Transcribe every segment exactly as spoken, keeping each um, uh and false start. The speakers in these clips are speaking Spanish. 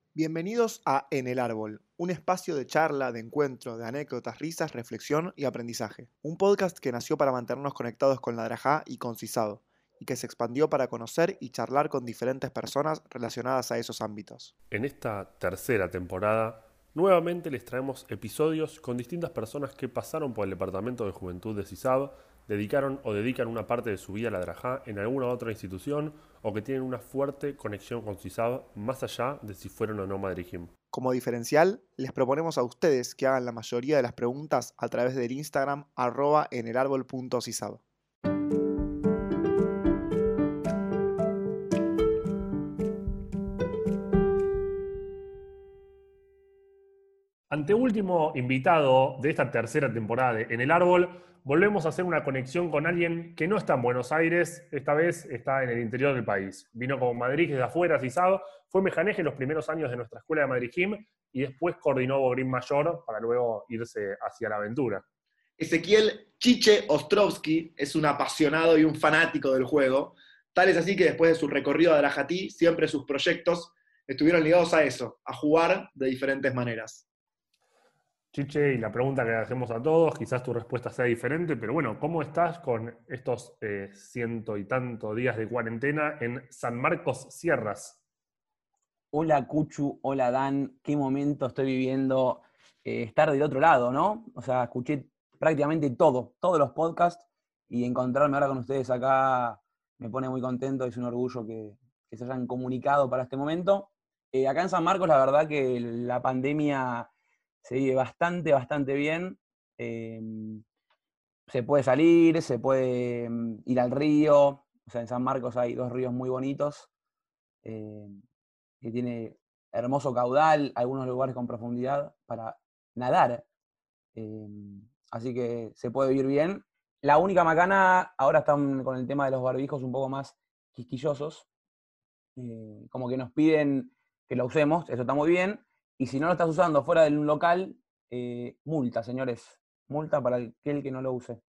Bienvenidos a En el Árbol, un espacio de charla, de encuentro, de anécdotas, risas, reflexión y aprendizaje. Un podcast que nació para mantenernos conectados con la Drajá y con CISAD, y que se expandió para conocer y charlar con diferentes personas relacionadas a esos ámbitos. En esta tercera temporada, nuevamente les traemos episodios con distintas personas que pasaron por el Departamento de Juventud de CISAD, dedicaron o dedican una parte de su vida a la Drajá en alguna otra institución o que tienen una fuerte conexión con CISAD más allá de si fueron o no Madrijim. Como diferencial, les proponemos a ustedes que hagan la mayoría de las preguntas a través del Instagram arroba enelárbol.cisad. Anteúltimo invitado de esta tercera temporada de En el Árbol, volvemos a hacer una conexión con alguien que no está en Buenos Aires, esta vez está en el interior del país. Vino como Madrid desde afuera, CISAD, fue mejaneje en los primeros años de nuestra escuela de Madrijim y después coordinó Bogrim Mayor para luego irse hacia la aventura. Ezequiel Chiche Ostrovsky es un apasionado y un fanático del juego. Tal es así que después de su recorrido a Drajatí, siempre sus proyectos estuvieron ligados a eso, a jugar de diferentes maneras. Chiche, y la pregunta que hacemos a todos, quizás tu respuesta sea diferente, pero bueno, ¿cómo estás con estos eh, ciento y tanto días de cuarentena en San Marcos Sierras? Hola Cuchu, hola Dan, qué momento estoy viviendo eh, estar del otro lado, ¿no? O sea, escuché prácticamente todo, todos los podcasts, y encontrarme ahora con ustedes acá me pone muy contento, es un orgullo que, que se hayan comunicado para este momento. Eh, acá en San Marcos la verdad que la pandemia se vive bastante, bastante bien. Eh, se puede salir, se puede mm, ir al río, o sea, en San Marcos hay dos ríos muy bonitos, eh, que tiene hermoso caudal, algunos lugares con profundidad para nadar. Eh, así que se puede vivir bien. La única macana, ahora están con el tema de los barbijos un poco más quisquillosos, eh, como que nos piden que lo usemos, eso está muy bien, y si no lo estás usando fuera de un local, eh, multa, señores, multa para aquel que no lo use.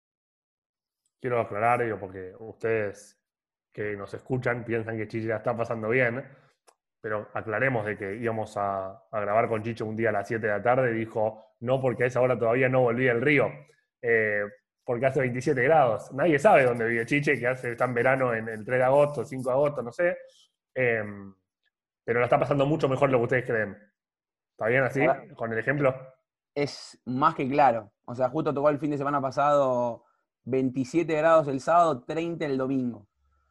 Quiero aclarar, digo, porque ustedes que nos escuchan piensan que Chiche la está pasando bien, pero aclaremos de que íbamos a, a grabar con Chiche un día a las siete de la tarde y dijo, no, porque a esa hora todavía no volví al río, eh, porque hace veintisiete grados. Nadie sabe dónde vive Chiche, que hace, está en verano en el tres de agosto, cinco de agosto, no sé, eh, pero la está pasando mucho mejor de lo que ustedes creen. ¿Está bien así? Ahora, Con el ejemplo. es más que claro. O sea, justo tocó el fin de semana pasado veintisiete grados el sábado, treinta el domingo.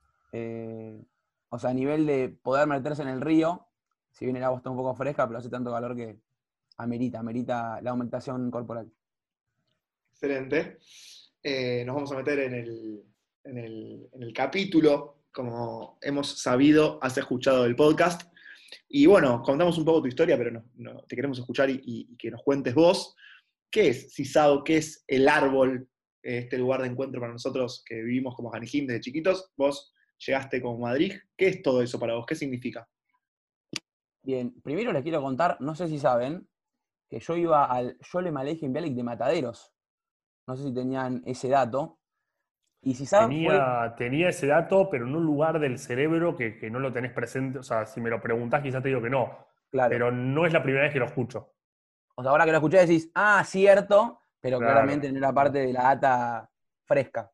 Eh, o sea, a nivel de poder meterse en el río, si bien el agua está un poco fresca, pero hace tanto calor que amerita, amerita la aumentación corporal. Excelente. Eh, nos vamos a meter en el, en, el, en el capítulo, como hemos sabido, has escuchado el podcast. Y bueno, contamos un poco tu historia, pero no, no, te queremos escuchar y, y, y que nos cuentes vos. ¿Qué es CISAD? ¿Qué es el árbol? Este lugar de encuentro para nosotros que vivimos como Janijim desde chiquitos. Vos llegaste como Madrid. ¿Qué es todo eso para vos? ¿Qué significa? Bien, primero les quiero contar, no sé si saben, que yo iba al Yole Malejem Bialik de Mataderos. No sé si tenían ese dato. Y si saben, fue... Tenía, tenía ese dato, pero en un lugar del cerebro que, que no lo tenés presente. O sea, si me lo preguntás, quizás te digo que no. Claro. Pero no es la primera vez que lo escucho. O sea, ahora que lo escuché decís, ah, cierto, pero Claro. claramente no era parte de la data fresca.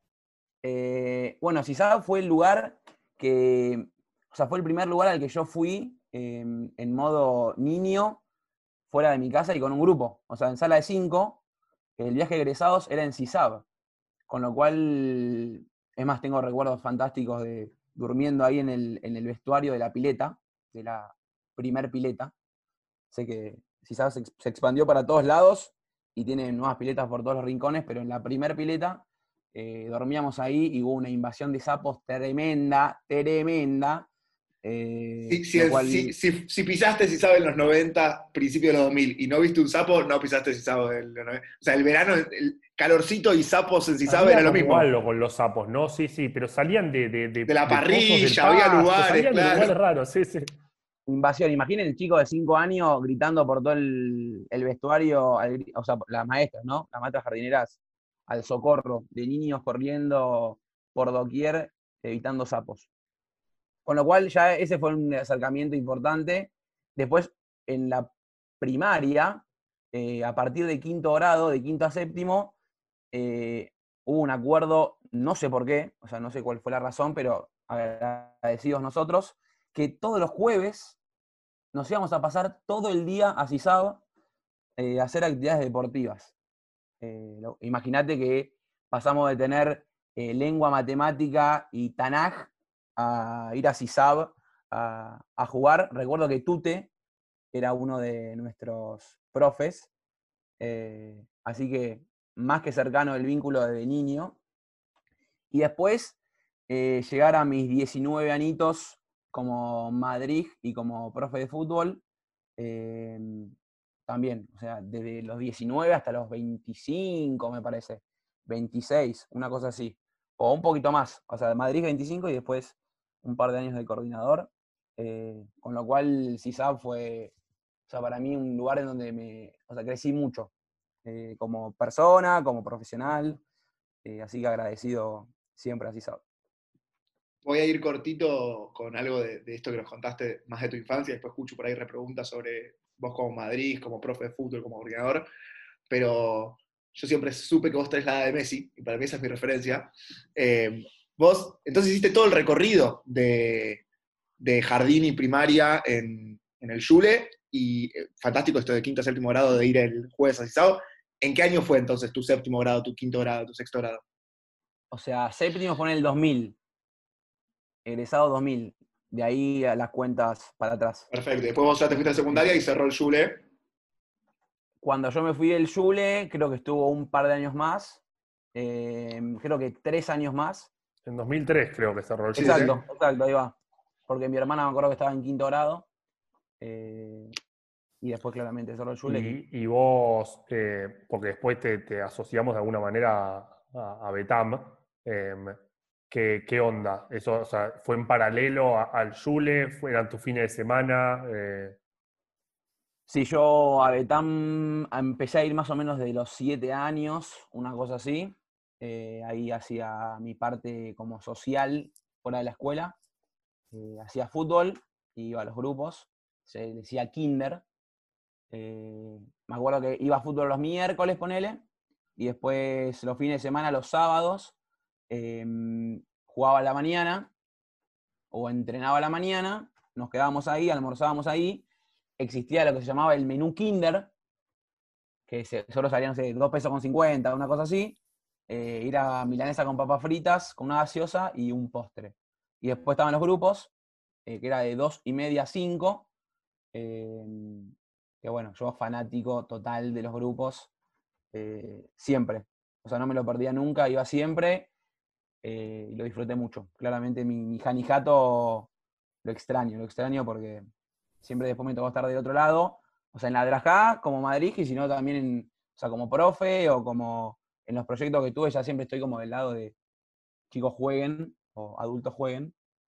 Eh, bueno, CISAD fue el lugar que, o sea, fue el primer lugar al que yo fui eh, en modo niño, fuera de mi casa y con un grupo. O sea, en sala de cinco, el viaje de egresados era en CISAB. Con lo cual, es más, tengo recuerdos fantásticos de durmiendo ahí en el, en el vestuario de la pileta, de la primer pileta. Sé que CISAB se, se expandió para todos lados y tiene nuevas piletas por todos los rincones, pero en la primer pileta eh, dormíamos ahí y hubo una invasión de sapos tremenda, tremenda. Eh, Si, si, lo cual... si, si, si pisaste CISAD en los noventa, principios de los dos mil, y no viste un sapo, no pisaste CISAD en los noventa. O sea, el verano, el calorcito y sapos en CISAD era lo mismo. Algo con los sapos, ¿no? Sí, sí, pero salían de... De, de, de la de parrilla, había pasto, lugares, salían claro. de lugares raros, sí, sí. Invasión, imaginen el chico de cinco años gritando por todo el, el vestuario, al, o sea, las maestras, ¿no? Las maestras jardineras al socorro, de niños corriendo por doquier, evitando sapos. Con lo cual ya ese fue un acercamiento importante. Después, en la primaria, eh, a partir de quinto grado, de quinto a séptimo, eh, hubo un acuerdo, no sé por qué, o sea, no sé cuál fue la razón, pero agradecidos nosotros, que todos los jueves nos íbamos a pasar todo el día a CISAB eh, a hacer actividades deportivas. Eh, Imagínate que pasamos de tener eh, lengua, matemática y Tanaj a ir a CISAB a, a jugar. Recuerdo que Tute era uno de nuestros profes, eh, así que más que cercano el vínculo desde niño. Y después eh, llegar a mis diecinueve añitos como Madrid y como profe de fútbol, eh, también, o sea, desde los diecinueve hasta los veinticinco, me parece, veintiséis, una cosa así, o un poquito más, o sea, de Madrid veinticinco y después un par de años de coordinador, eh, con lo cual CISAB fue, o sea, para mí un lugar en donde me, o sea, crecí mucho, eh, como persona, como profesional, eh, así que agradecido siempre a CISAB. Voy a ir cortito con algo de, de esto que nos contaste más de tu infancia, después escucho por ahí repreguntas sobre vos como Madrid, como profe de fútbol, como coordinador, pero yo siempre supe que vos tenés la edad de Messi, y para mí esa es mi referencia. Eh, vos, entonces hiciste todo el recorrido de, de jardín y primaria en, en el Yule, y eh, fantástico esto de quinto a séptimo grado de ir el jueves a CISAO. ¿En qué año fue entonces tu séptimo grado, tu quinto grado, tu sexto grado? O sea, séptimo fue en el dos mil, egresado dos mil, de ahí a las cuentas para atrás. Perfecto, después vos ya te fuiste a secundaria y cerró el Yule. Cuando yo me fui del Yule, creo que estuvo un par de años más, eh, creo que tres años más. En dos mil tres creo que cerró el Sí, Yule. Exacto, exacto, ahí va. Porque mi hermana me acuerdo que estaba en quinto grado, eh, y después claramente cerró el Yule. Y... Y, y vos, eh, porque después te, te asociamos de alguna manera a, a Betam, eh, ¿qué, qué onda? Eso, o sea, ¿fue en paralelo a- al Yule? ¿Fue- ¿Eran tus fines de semana? Eh, Sí, yo a Betam empecé a ir más o menos de los siete años, una cosa así. Eh, ahí hacía mi parte como social fuera de la escuela. Eh, hacía fútbol, iba a los grupos, se decía kinder. Eh, me acuerdo que iba a fútbol los miércoles, ponele, y después los fines de semana, los sábados, eh, jugaba a la mañana o entrenaba a la mañana, nos quedábamos ahí, almorzábamos ahí. Existía lo que se llamaba el menú kinder, que se, solo salían, no sé, dos pesos con cincuenta, una cosa así. Eh, ir a milanesa con papas fritas, con una gaseosa y un postre. Y después estaban los grupos, eh, que era de dos y media a cinco. Eh, que bueno, yo fanático total de los grupos, eh, siempre. O sea, no me lo perdía nunca, iba siempre, eh, y lo disfruté mucho. Claramente mi, mi Janijato lo extraño, lo extraño porque siempre después me tocó estar de otro lado, o sea, en la Drajá como Madrid, y si no también en, o sea, como profe o como en los proyectos que tuve, ya siempre estoy como del lado de chicos jueguen o adultos jueguen,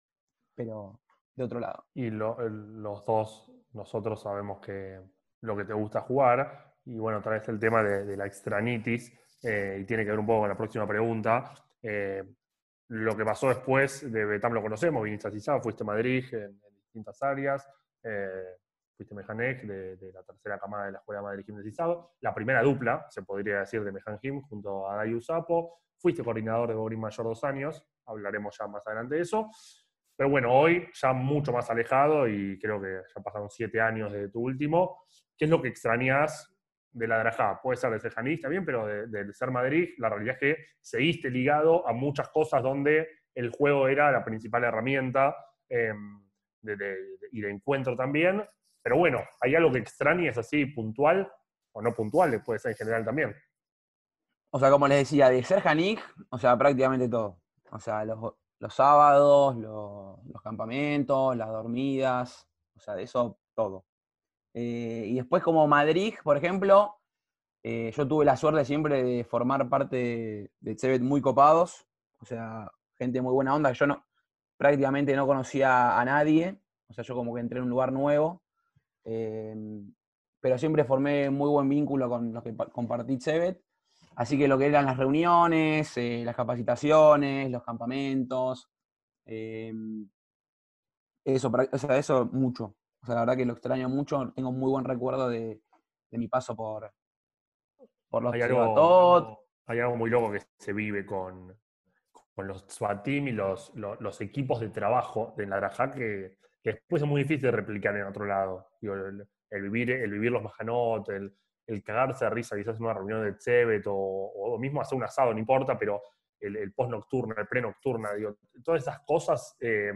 pero de otro lado. y lo- el- los dos, nosotros sabemos que lo que te gusta jugar, y bueno, traes el tema de, de la extranitis, eh, y tiene que ver un poco con la próxima pregunta. Eh, lo que pasó después de Betam lo conocemos, viniste a CISA, fuiste a Madrid en, en distintas áreas, eh, fuiste Mejanec de, de la tercera camada de la Escuela Madrid Gym de CISA, la primera dupla, se podría decir, de Mejan Gym junto a Dayu Sapo, fuiste coordinador de Bobrín Mayor dos años, hablaremos ya más adelante de eso. Pero bueno, hoy ya mucho más alejado y creo que ya pasaron siete años desde tu último. ¿Qué es lo que extrañas de la Drajá? Puede ser de ser Janís también, pero del de, de ser Madrid, la realidad es que seguiste ligado a muchas cosas donde el juego era la principal herramienta, eh, de, de, de, y de encuentro también. Pero bueno, ¿hay algo que extrañes así puntual o no puntual? Puede ser en general también. O sea, como les decía, de ser Janig, o sea, prácticamente todo. O sea, los, los sábados, los, los campamentos, las dormidas, o sea, de eso todo. Eh, y después como Madrid, por ejemplo, eh, yo tuve la suerte siempre de formar parte de, de Chevet muy copados, o sea, gente muy buena onda, que yo no, prácticamente no conocía a nadie, o sea, yo como que entré en un lugar nuevo, eh, pero siempre formé muy buen vínculo con los que compartí Chevet, así que lo que eran las reuniones, eh, las capacitaciones, los campamentos, eh, eso, o sea, eso mucho. O sea, la verdad que lo extraño mucho. Tengo muy buen recuerdo de, de mi paso por, por los Hay Chivatot. algo, hay algo muy loco que se vive con, con los SWAT team y los, los, los equipos de trabajo de la Drajá que, que después es muy difícil de replicar en otro lado. Digo, el, el vivir, el vivir los majanot, el, el cagarse de risa quizás en una reunión de Tsevet o, o mismo hacer un asado, no importa, pero el, el post-nocturno, el pre-nocturna, digo, todas esas cosas eh,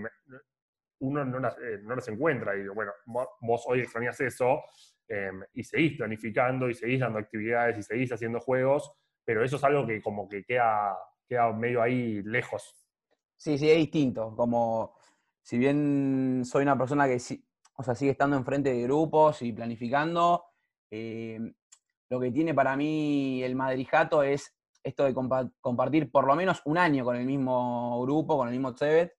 uno no las, eh, no las encuentra. Y digo, bueno, vos hoy extrañas eso eh, y seguís planificando y seguís dando actividades y seguís haciendo juegos, pero eso es algo que como que queda, queda medio ahí lejos. Sí, sí, es distinto. Como si bien soy una persona que sí, o sea, sigue estando enfrente de grupos y planificando, eh, lo que tiene para mí el Madrijato es esto de compa- compartir por lo menos un año con el mismo grupo, con el mismo Tsevet,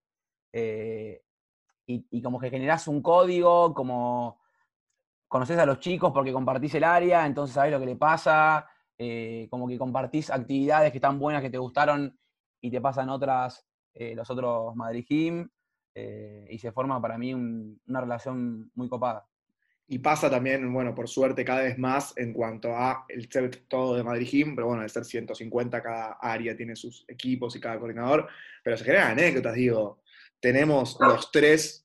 eh, y, y como que generás un código, como conocés a los chicos porque compartís el área, entonces sabés lo que le pasa, eh, como que compartís actividades que están buenas, que te gustaron y te pasan otras, eh, los otros Madrid Gym, eh, y se forma para mí un, una relación muy copada. Y pasa también, bueno, por suerte cada vez más en cuanto a el set todo de Madrid Gym, pero bueno, al ser ciento cincuenta cada área tiene sus equipos y cada coordinador, pero se generan anécdotas, digo, tenemos los tres,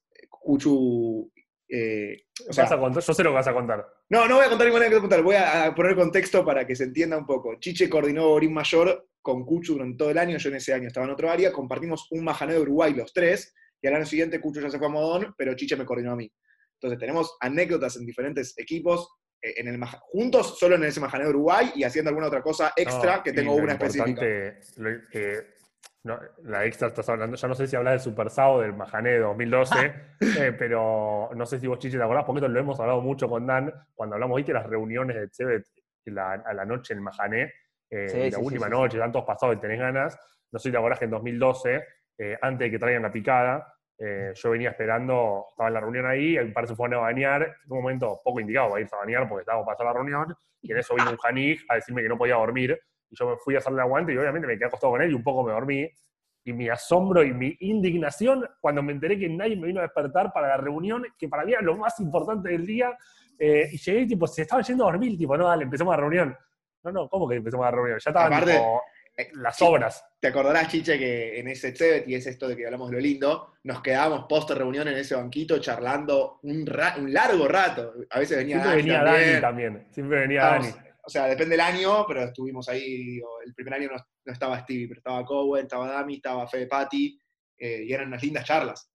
Cuchu, eh, o ¿Vas sea, a contar? Yo sé lo que vas a contar. no, no voy a contar ninguna anécdota, voy a poner contexto para que se entienda un poco. Chiche coordinó Borín Mayor con Cuchu durante todo el año, yo en ese año estaba en otro área, compartimos un majané de Uruguay los tres, y al año siguiente Cuchu ya se fue a Modón, pero Chiche me coordinó a mí. Entonces tenemos anécdotas en diferentes equipos, eh, en el maja, juntos solo en ese majané de Uruguay y haciendo alguna otra cosa extra, No, que y tengo lo una específica. importante, lo, eh, no, la extra estás hablando, ya no sé si hablas de Super Sao del Majané de dos mil doce, eh, pero no sé si vos, Chiche, te acordás, porque esto lo hemos hablado mucho con Dan, cuando hablamos, viste, las reuniones de Tsevet la, a la noche en el Majané, eh, y Sí, la sí, sí, última sí, noche, sí. están todos pasados y tenés ganas. No sé si te acordás que en dos mil doce, eh, antes de que traigan la picada, eh, yo venía esperando, estaba en la reunión ahí, el par se fue a bañar, en un momento poco indicado para irse a bañar porque estábamos pasando la reunión, y en eso vino un Janij a decirme que no podía dormir, y yo me fui a hacerle aguante y obviamente me quedé acostado con él y un poco me dormí. Y mi asombro y mi indignación cuando me enteré que nadie me vino a despertar para la reunión, que para mí era lo más importante del día, eh, y llegué y tipo, se estaban yendo a dormir, tipo, no, dale, empecemos la reunión. No, no, ¿cómo que empezamos la reunión? Ya estaban Aparte, tipo eh, las chi- obras. te acordarás, Chiche, que en ese Tsevet, y es esto de que hablamos de lo lindo, nos quedábamos post reunión en ese banquito charlando un, ra- un largo rato. A veces venía Siempre Dani venía Dani también. también, siempre venía Dani. Estábamos, o sea, depende del año, pero estuvimos ahí, digo, el primer año no, no estaba Stevie, pero estaba Cowen, estaba Dami, estaba Fede Patti, eh, y eran unas lindas charlas.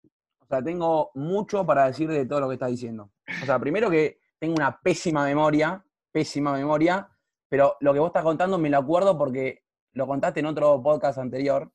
O sea, tengo mucho para decir de todo lo que estás diciendo. O sea, primero que tengo una pésima memoria, pésima memoria, pero lo que vos estás contando me lo acuerdo porque lo contaste en otro podcast anterior,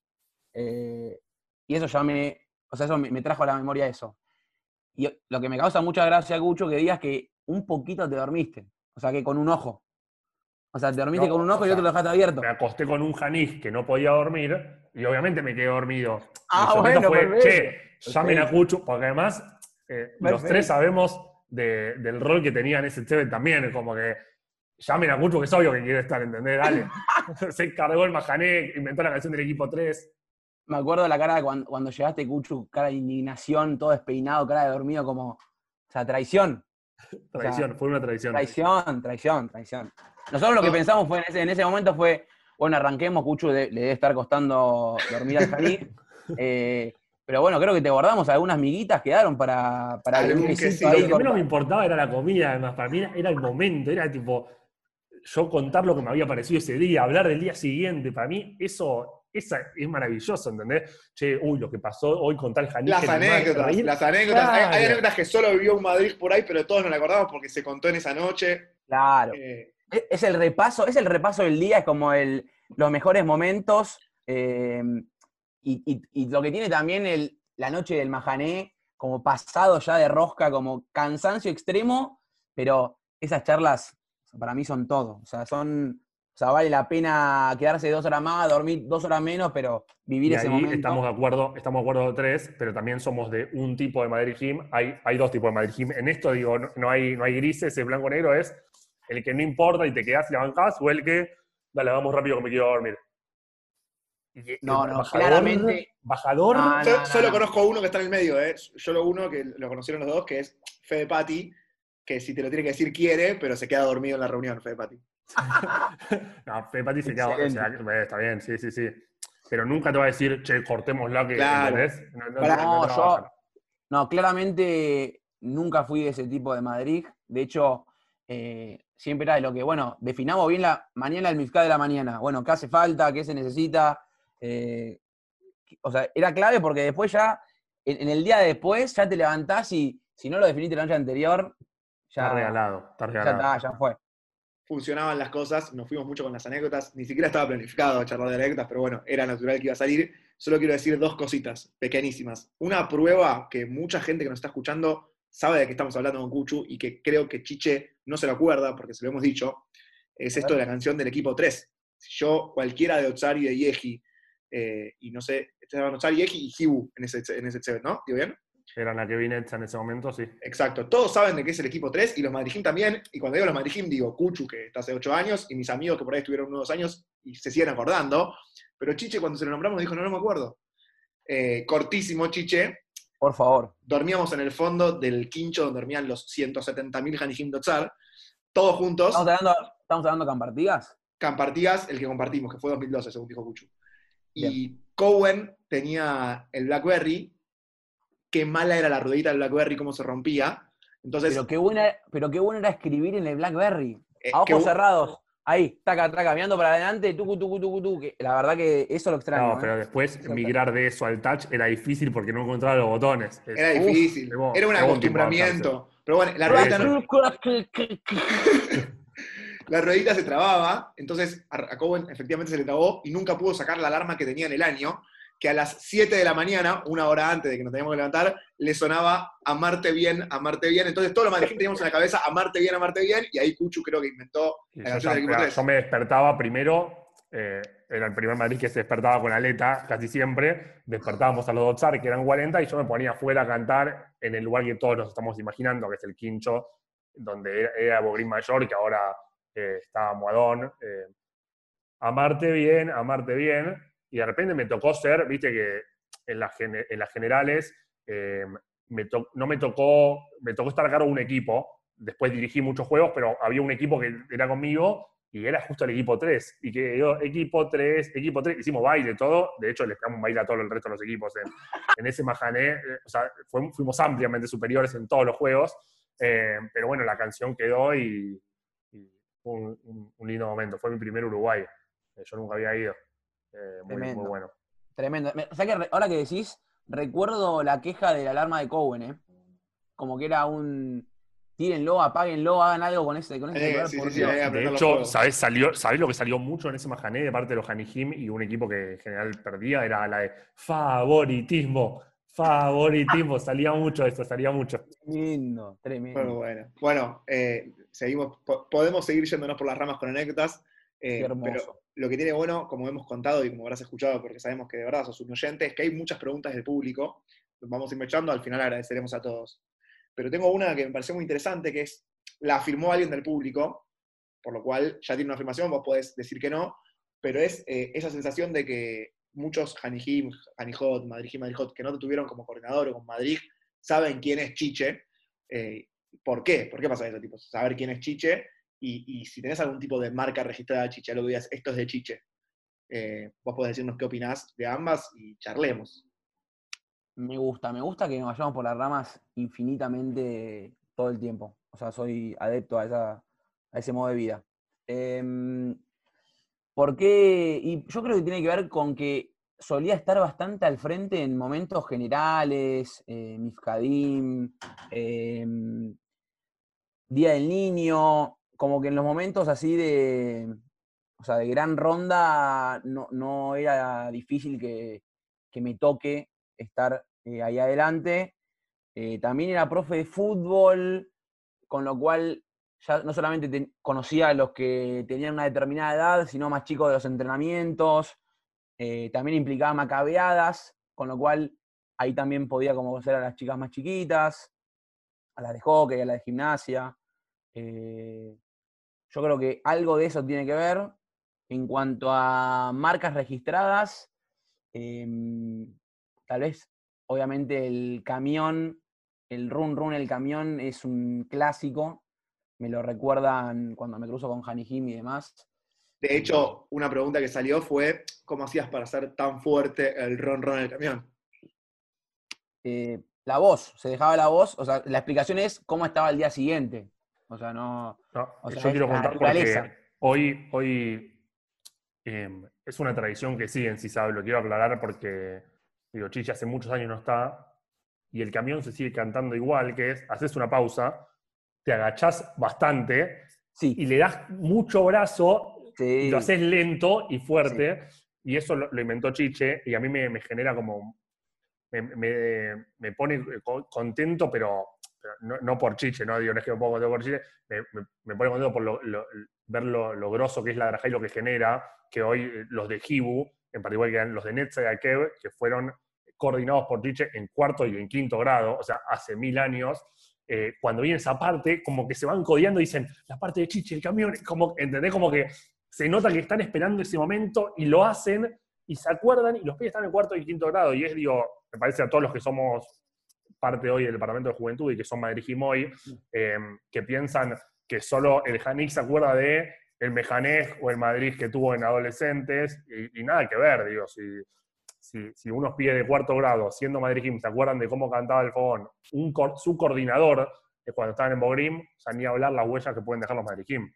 eh, y eso ya me, o sea, eso me, me trajo a la memoria eso. Y lo que me causa mucha gracia, Cucho, que digas que un poquito te dormiste, o sea, que con un ojo. O sea, te No, dormiste con un o ojo y otro lo sea, dejaste me abierto. acosté con un Janij que no podía dormir y obviamente me quedé dormido. Mi Ah, sorpresa bueno, fue, perfecto. che, llamen a Perfecto. Cucho, porque además eh, los tres Perfecto. sabemos de- del rol que tenía en ese T V también, como que llamen a Cucho, que es obvio que quiere estar, ¿entendés? Dale. Se encargó el Majané, inventó la canción del equipo tres. Me acuerdo de la cara de cuando, cuando llegaste, Cuchu, cara de indignación, todo despeinado, cara de dormido, como, o sea, traición. O sea, Tradición, fue una tradición. traición, traición, traición. Nosotros lo que No, pensamos fue en ese, en ese momento fue, bueno, arranquemos, Cuchu, de- le debe estar costando dormir al Janís. Eh, pero bueno, creo que te guardamos algunas miguitas, quedaron para, para un algún quesito Lo ahí que quesito. menos me cortado. importaba era la comida, además, para mí era, era el momento, era tipo, yo contar lo que me había parecido ese día, hablar del día siguiente, para mí eso, esa es maravilloso, ¿entendés? Che, uy, lo que pasó hoy con tal Janije Las en el mar, anécdotas, reír. las anécdotas. Hay, hay Claro, anécdotas que solo vivió un Madrid por ahí, pero todos nos la acordamos porque se contó en esa noche. Claro. Eh, Es es el repaso, es el repaso del día, es como el, los mejores momentos. eh, y, y- y lo que tiene también el, la noche del Majané, como pasado ya de rosca, como cansancio extremo, pero esas charlas para mí son todo. O sea, son, o sea, vale la pena quedarse dos horas más, dormir dos horas menos, pero vivir y ese ahí momento. estamos de acuerdo, estamos de acuerdo tres, pero también somos de un tipo de Madrid Gym. Hay, hay dos tipos de Madrid Gym. En esto digo, no, no hay, no hay grises, el blanco-negro es el que no importa y te quedás y la bancás, o el que, dale, vamos rápido que me quiero dormir. Y que el No, no, bajador, claramente. bajador, No, Yo no, solo no. conozco uno que está en el medio, ¿eh? Solo uno que lo conocieron los dos, que es Fede Patti, que si te lo tiene que decir quiere, pero se queda dormido en la reunión, Fede Patti. no, Fede Pati se queda, o sea, Excelente. bueno, está bien, sí, sí, sí. Pero nunca te va a decir, che, cortémosla, que, Claro. ¿entendés? No, no, Para- tra- no No, trabajan. yo. No, claramente nunca fui de ese tipo de Madrid. De hecho, eh, siempre era de lo que, bueno, definamos bien la mañana el Mifká de la mañana. Bueno, ¿qué hace falta? ¿Qué se necesita? Eh, o sea, era clave porque después ya, en, en el día de después, ya te levantás y si no lo definiste la noche anterior, Está ya, regalado, está ya regalado. está, ya fue. Funcionaban las cosas, nos fuimos mucho con las anécdotas, ni siquiera estaba planificado charlar de anécdotas, pero bueno, era natural que iba a salir. Solo quiero decir dos cositas pequeñísimas. Una prueba que mucha gente que nos está escuchando sabe de que estamos hablando con Cuchu y que creo que Chiche no se lo acuerda, porque se lo hemos dicho, es A esto de ver. la canción del equipo tres. Si yo, cualquiera de Otsari, de Yeji, eh, y no sé, estaban Otsari, Yeji y Hibu en ese, en ese set, ¿no? ¿Digo bien? Era la que vine en ese momento, sí. Exacto, todos saben de qué es el equipo tres y los Madrijim también. Y cuando digo los Madrijim, digo Cuchu, que está hace ocho años, y mis amigos que por ahí estuvieron unos dos años y se siguen acordando. Pero Chiche, cuando se lo nombramos, dijo: No, no me acuerdo. Eh, cortísimo, Chiche. Por favor. Dormíamos en el fondo del quincho donde dormían los ciento setenta mil Hanijim Dotzar, todos juntos. ¿Estamos hablando, estamos hablando de Campartigas? Campartías, el que compartimos, que fue dos mil doce, según dijo Cuchu. Bien. Y Cowen tenía el BlackBerry. Qué mala era la ruedita del BlackBerry, cómo se rompía. Entonces, Pero qué buena, pero qué bueno era escribir en el BlackBerry. eh, A qué ojos bu- cerrados. Ahí, taca, taca, mirando para adelante, tucu, tucu, tucu, tucu. que La verdad que eso lo extraño. No, pero ¿eh? después Eso lo migrar de eso al touch era difícil porque no encontraba los botones. Es- era Uf. difícil. Llevó- Era un llevó un tiempo acostumbramiento. Pero bueno, la Sí, ruedita, sí. no- extraño. la ruedita se trababa, entonces a, a Cowen efectivamente se le trabó y nunca pudo sacar la alarma que tenía en el año, que a las siete de la mañana, una hora antes de que nos teníamos que levantar, le sonaba amarte bien, amarte bien. Entonces todos los madrileños teníamos en la cabeza amarte bien, amarte bien, y ahí Cuchu creo que inventó Y la yo, canción ya- del equipo mirá, tres. yo me despertaba primero, eh, era el primer Madrid que se despertaba con aleta, casi siempre. Despertábamos a los Dotzar, que eran cuarenta, y yo me ponía afuera a cantar en el lugar que todos nos estamos imaginando, que es el Quincho, donde era, era Bogrín Mayor, que ahora eh, está Moadón. Eh, amarte bien, amarte bien. Y de repente me tocó ser, viste que en las, gene- en las generales eh, me to- no me tocó, me tocó estar a cargo de un equipo. Después dirigí muchos juegos, pero había un equipo que era conmigo y era justo el equipo tres. Y que yo, equipo tres, equipo tres, hicimos baile, todo. De hecho, le pegamos un baile a todo el resto de los equipos en, en ese majané. Eh, o sea, fue- fuimos ampliamente superiores en todos los juegos. Eh, pero bueno, la canción quedó y, y fue un, un- un lindo momento. Fue mi primer Uruguay. Eh, yo nunca había ido. Eh, muy, muy Tremendo. bueno. Tremendo. Me- O sea que re- ahora que decís, recuerdo la queja de la alarma de Cowen, ¿eh? Como que era un. Tírenlo, apáguenlo, hagan algo con ese, con ese Eh, celular. sí, sí, por sí, Dios. eh, De aprender los hecho, juegos. ¿sabés, salió, ¿sabés lo que salió mucho en ese majané de parte de los Hanijim y un equipo que en general perdía? Era la de favoritismo. Favoritismo. Salía mucho eso, salía mucho. Tremendo, tremendo. Bueno, bueno. Bueno, eh, seguimos, po- podemos seguir yéndonos por las ramas con anécdotas, eh, Qué hermoso. pero lo que tiene bueno, como hemos contado y como habrás escuchado, porque sabemos que de verdad sos un oyente, es que hay muchas preguntas del público. Vamos a ir echando, al final agradeceremos a todos. Pero tengo una que me pareció muy interesante, que es, la afirmó alguien del público, por lo cual ya tiene una afirmación, vos podés decir que no, pero es eh, esa sensación de que muchos Hanijim, Hanijot, Madrijim, Madrijot, que no te tuvieron como coordinador o con Madrid, saben quién es Chiche. Eh, ¿Por qué? ¿Por qué pasa eso? Tipo, saber quién es Chiche y, y si tenés algún tipo de marca registrada de Chiche, algo que digas, esto es de Chiche. Eh, vos podés decirnos qué opinás de ambas y charlemos. Me gusta, me gusta que nos vayamos por las ramas infinitamente todo el tiempo. O sea, soy adepto a, esa, a ese modo de vida. Em, ¿Por qué? Y yo creo que tiene que ver con que solía estar bastante al frente en momentos generales, eh, Mifkadim, em, Día del Niño, como que en los momentos así de, o sea, de gran ronda no, no era difícil que, que me toque estar eh, ahí adelante. Eh, también era profe de fútbol, con lo cual ya no solamente te, conocía a los que tenían una determinada edad, sino más chicos de los entrenamientos. Eh, también implicaba macabeadas, con lo cual ahí también podía como conocer a las chicas más chiquitas, a las de hockey, a las de gimnasia. Eh, yo creo que algo de eso tiene que ver. En cuanto a marcas registradas, Eh, tal vez, obviamente, el camión, el run run, el camión es un clásico. Me lo recuerdan cuando me cruzo con Hanihim y demás. De hecho, una pregunta que salió fue, ¿cómo hacías para hacer tan fuerte el ron ron en el camión? Eh, la voz, se dejaba la voz, o sea, la explicación es cómo estaba el día siguiente. O sea, no. No, O sea, yo es quiero la contar naturaleza. porque hoy, hoy eh, es una tradición que sigue en Sisab, lo quiero aclarar porque, digo, Chichi hace muchos años no está, y el camión se sigue cantando igual, que es, haces una pausa, te agachás bastante Sí, y le das mucho brazo y lo sí, haces lento y sí. fuerte, y eso lo, lo inventó Chiche, y a mí me, me genera como, me, me- me pone co- contento, pero, pero no, no por Chiche, ¿no? Digo, no es que me ponga contento por Chiche, me, me- me pone contento por lo- lo- ver lo, lo grosso que es la Drajá y lo que genera, que hoy eh, los de Hibu, en particular que eran los de Netza y Akev, que fueron coordinados por Chiche en cuarto y en quinto grado, o sea, hace mil años, eh, cuando viene esa parte, como que se van codeando y dicen, la parte de Chiche, el camión, como, ¿entendés? Como que se nota que están esperando ese momento y lo hacen y se acuerdan y los pibes están en cuarto y quinto grado y es, digo, me parece a todos los que somos parte hoy del Departamento de Juventud y que son Madrid Gimoy, eh, que piensan que solo el Janik se acuerda de el Mejanej o el Madrid que tuvo en adolescentes y, y nada que ver, digo, si, si, si unos pibes de cuarto grado, siendo Madrid Gim, se acuerdan de cómo cantaba el fogón, un, su coordinador de cuando estaban en Bogrim, o sea, ni hablar las huellas que pueden dejar los Madrid Gim.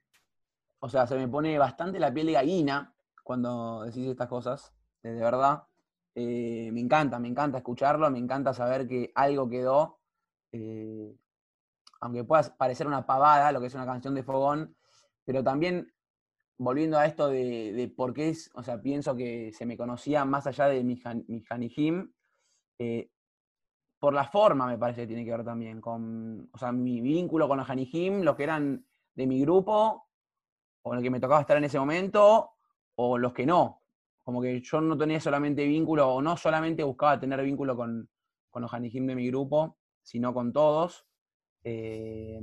O sea, se me pone bastante la piel de gallina cuando decís estas cosas, de verdad. Eh, me encanta, me encanta escucharlo, me encanta saber que algo quedó, eh, aunque pueda parecer una pavada lo que es una canción de fogón, pero también volviendo a esto de, de por qué es, o sea, pienso que se me conocía más allá de mi, mi Hanihim, eh, por la forma me parece que tiene que ver también, con, o sea, mi vínculo con los Hanihim, los que eran de mi grupo, o los que me tocaba estar en ese momento, o los que no. Como que yo no tenía solamente vínculo, o no solamente buscaba tener vínculo con, con los Hanihim de mi grupo, sino con todos. Eh,